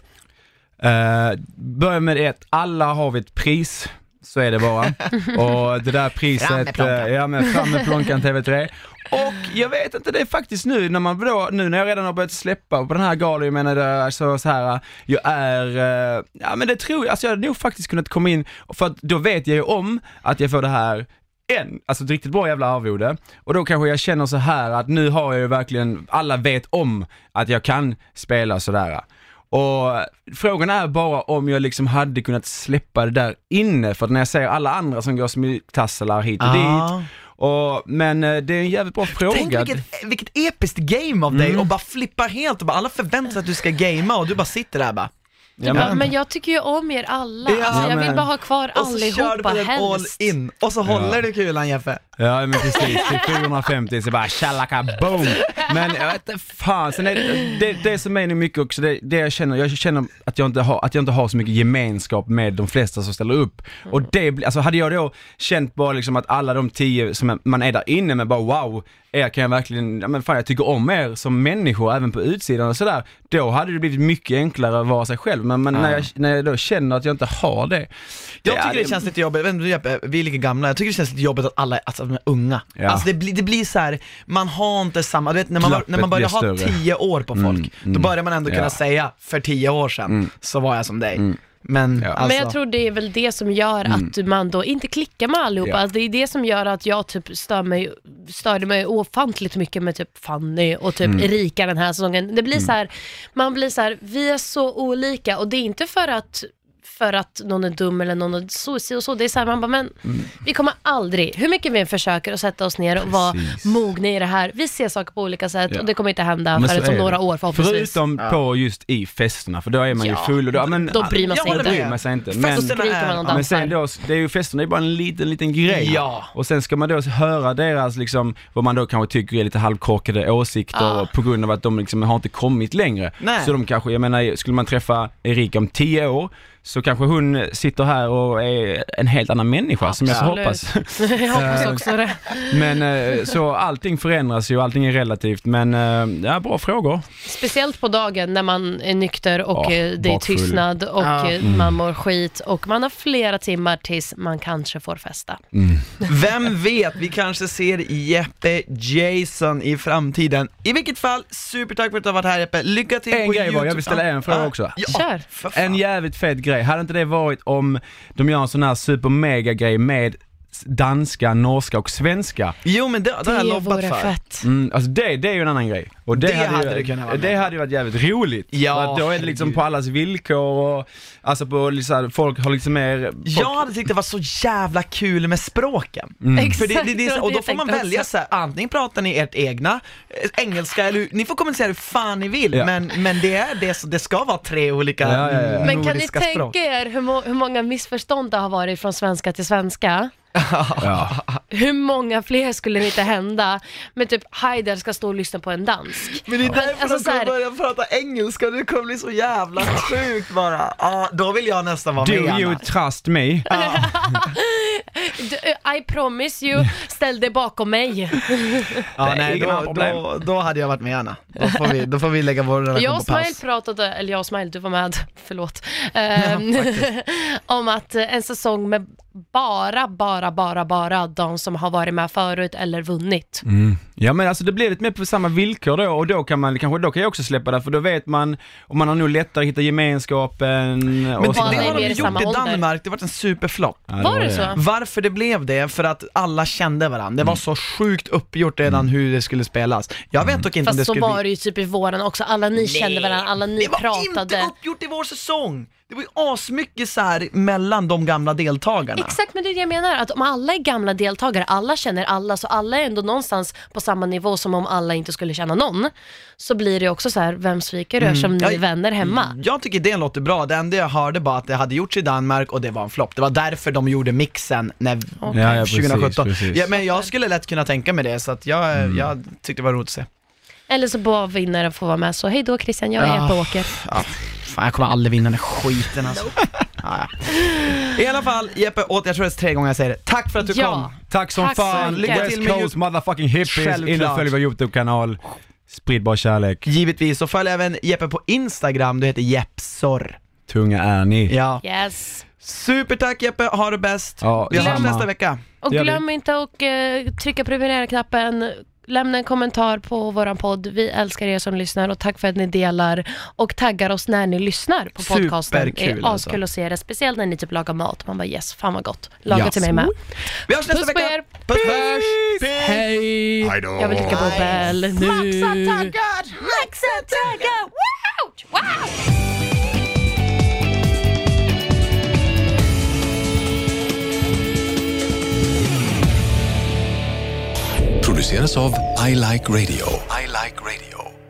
Uh, börja med ett, alla har vi ett pris, så är det bara. Och det där priset, Fram med plånkan. eh, ja men fram med plånkan T V tre. Och jag vet inte, det är faktiskt nu när man då, nu när jag redan har börjat släppa på den här galan, jag menar det, alltså så här, jag är, eh, ja men det tror jag, alltså jag hade nog faktiskt kunnat komma in, för att då vet jag ju om att jag får det här en, alltså ett riktigt bra jävla arvode. Och då kanske jag känner så här att nu har jag ju verkligen, alla vet om att jag kan spela sådär. Och frågan är bara om jag liksom hade kunnat släppa det där inne, för att när jag ser alla andra som går smygtasslar hit och Ah. dit. Och, men eh, det är en jävligt bra fråga. Tänk vilket, vilket episkt game av dig, och bara flippa helt och bara, alla förväntar sig att du ska gamea och du bara sitter där bara. Ja, Ja, men, men jag tycker ju om er alla. Ja, alltså, jag vill men- bara ha kvar Och så kör du allihopa på den all helst. in, och så håller du kulan, Jeppe. ja men precis, till fyrahundrafemtio så bara tjallaka boom. Men jag vet inte fan, sen är det, det, det som är nu mycket också, det, det jag känner, jag känner att jag inte har, att jag inte har så mycket gemenskap med de flesta som ställer upp. Och det blir, alltså hade jag då känt bara liksom att alla de tio som man är där inne med bara wow, er kan jag verkligen, ja men fan jag tycker om er som människor även på utsidan och sådär, då hade det blivit mycket enklare att vara sig själv. Men, men när, jag, när jag då känner att jag inte har det, Jag det tycker är- det känns lite jobbigt, vem du Jeppe, vi är lika gamla, jag tycker det känns lite jobbigt att alla alltså, de är unga. Ja. Alltså det blir, det blir så här, man har inte samma, du vet, när man, var, när man börjar ha Glappet blir större. tio år på folk, Mm, då mm. börjar man ändå kunna Ja. säga, för tio år sedan Mm. så var jag som dig. Mm. Men, Ja. alltså, Men jag tror det är väl det som gör Mm. att man då inte klickar med allihopa. Ja. Alltså det är det som gör att jag typ stör mig, störde mig ofantligt mycket med typ Fanny och typ Mm. Erika den här säsongen. Det blir så här, man blir så här, vi är så olika, och det är inte för att för att någon är dum eller någon är så, så, så. Det är så här, man bara, men Mm. vi kommer aldrig, hur mycket vi än försöker att sätta oss ner och vara Precis. mogna i det här, vi ser saker på olika sätt, Ja. och det kommer inte hända Men förrän så om är några det. år förhoppningsvis. Förutom på just i festerna, för då är man ju Ja, full och då, men, då bryr man sig ja, inte. då bryr man sig inte. Men, Festerna skriker är- man och men dansar. sen då, det är ju festerna, det är bara en liten, liten grej. Ja. Och sen ska man då höra deras, liksom, vad man då kanske tycker är lite halvkorkade åsikter Ja. på grund av att de liksom har inte kommit längre. Nej. Så de kanske, jag menar, skulle man träffa Erika om tio år, så kanske hon sitter här och är en helt annan människa, som jag så Absolut. hoppas. Jag hoppas också det. Men eh, så allting förändras ju, allting är relativt, men eh, ja, bra frågor. Speciellt på dagen när man är nykter och Ja, eh, det är bakfull. tystnad och Ja. eh, man mår skit och man har flera timmar tills man kanske får festa. Vem vet, vi kanske ser Jeppe Jason i framtiden. I vilket fall, supertack för att du har varit här, Jeppe. Lycka till En på grej YouTube. bara, jag vill ställa en fråga Ah, också. Ja, Kör. för fan. En jävligt fet grej. Hade inte det varit om de gör en sån här super-mega grej med danska, norska och svenska? Jo, men det, det har jag Det lobbat vore för. fett. Mm, alltså det, det är ju en annan grej. Och det, Det hade, hade ju, det kunnat vara det med. hade ju varit jävligt roligt. Ja, För att då är det liksom herregud. på allas villkor och alltså på liksom, folk har liksom mer... Folk, Jag hade tyckt det var så jävla kul med språken. Mm. För det, det, det, Exakt, och då jag får man tänkte välja också. så här, antingen pratar ni ert egna eh, engelska, eller hur- ni får kommunicera hur fan ni vill, Ja. men, men det är det, så det ska vara tre olika Ja, ja, ja. Men kan ni nordiska språk. tänka er hur, må- hur många missförstånd det har varit från svenska till svenska? ja. Hur många fler skulle det inte hända? Men typ Heider ska stå och lyssna på en dansk. Men det är därför alltså de så kommer här- börja prata engelska och det kommer bli så jävla sjukt bara. Ja, då vill jag nästan vara Do med, you Anna. trust me? D- I promise you, ställ dig bakom mig. Ja, Det är nej, inga då, problem. då, då hade jag varit med, Anna. Då får vi, då får vi lägga vår relation Jag på och Smile paus. pratade, eller jag och Smile, du var med, förlåt, Ehm, om att eh, en säsong med bara, bara, bara, bara de som har varit med förut eller vunnit. Mm. Ja, men alltså det blir lite mer på samma villkor då, och då kan man kanske, då kan jag också släppa det, för då vet man, och man har nog lättare att hitta gemenskapen. Men och det, så Alla det är har de mer i gjort samma i ålder. Danmark, det har varit en superflopp. Ja, Var det så? Varför det blev det? För att alla kände varandra. Det var så sjukt uppgjort redan hur det skulle spelas. Jag vet dock inte om det Fast så skulle var bli... det ju typ i våren också, alla ni kände varandra, alla ni det var pratade. inte uppgjort i vår säsong! det var ju asmycket så här mellan de gamla deltagarna. Exakt, men det är det jag menar, att om alla är gamla deltagare, alla känner alla, så alla är ändå någonstans på samma nivå som om alla inte skulle känna någon, så blir det också så här, vem sviker du som ni jag, vänner hemma? Jag tycker det låter bra. Det enda jag hörde bara att det hade gjorts i Danmark och det var en flopp. Det var därför de gjorde mixen när Okay. Ja, ja, precis, tjugohundrasjutton. precis. Ja, men jag skulle lätt kunna tänka mig det, så att jag, mm. jag tyckte det var roligt att se. Eller så bara vinnaren får vara med, så hej då Christian, jag är Ja. på åker. Ja, fan, jag kommer aldrig vinna den här skiten alltså. Ja, ja. I alla fall, Jeppe, åt, jag tror det är tre gånger jag säger det. Tack för att du Ja. kom. Tack som Tack så fan. mycket. Lycka West till med Coast just- motherfucking hippies. Självklart. In och följ vår YouTube-kanal. Sprid bara kärlek. Givetvis, så följ även Jeppe på Instagram, du heter Jeppsor. Tunga är ni. Ja. Yes. Supertack Jeppe, ha det bäst. Ja, Vi hörs detsamma. nästa vecka. Och Det gör vi. glöm inte att eh, trycka prenumerera-knappen, lämna en kommentar på våran podd. Vi älskar er som lyssnar och tack för att ni delar och taggar oss när ni lyssnar på podcasten. Superkul, Det är alltså. askul att se det, speciellt när ni typ lagar mat. Man bara yes, fan vad gott. Laga Ja. till mig med. Vi hörs nästa Puss på vecka. er. Puss, puss. Hej! Jag vill dricka bubbel nu. Maxa taggar! Maxa taggar! Wow! Wow! Produceras av I Like Radio. I Like Radio.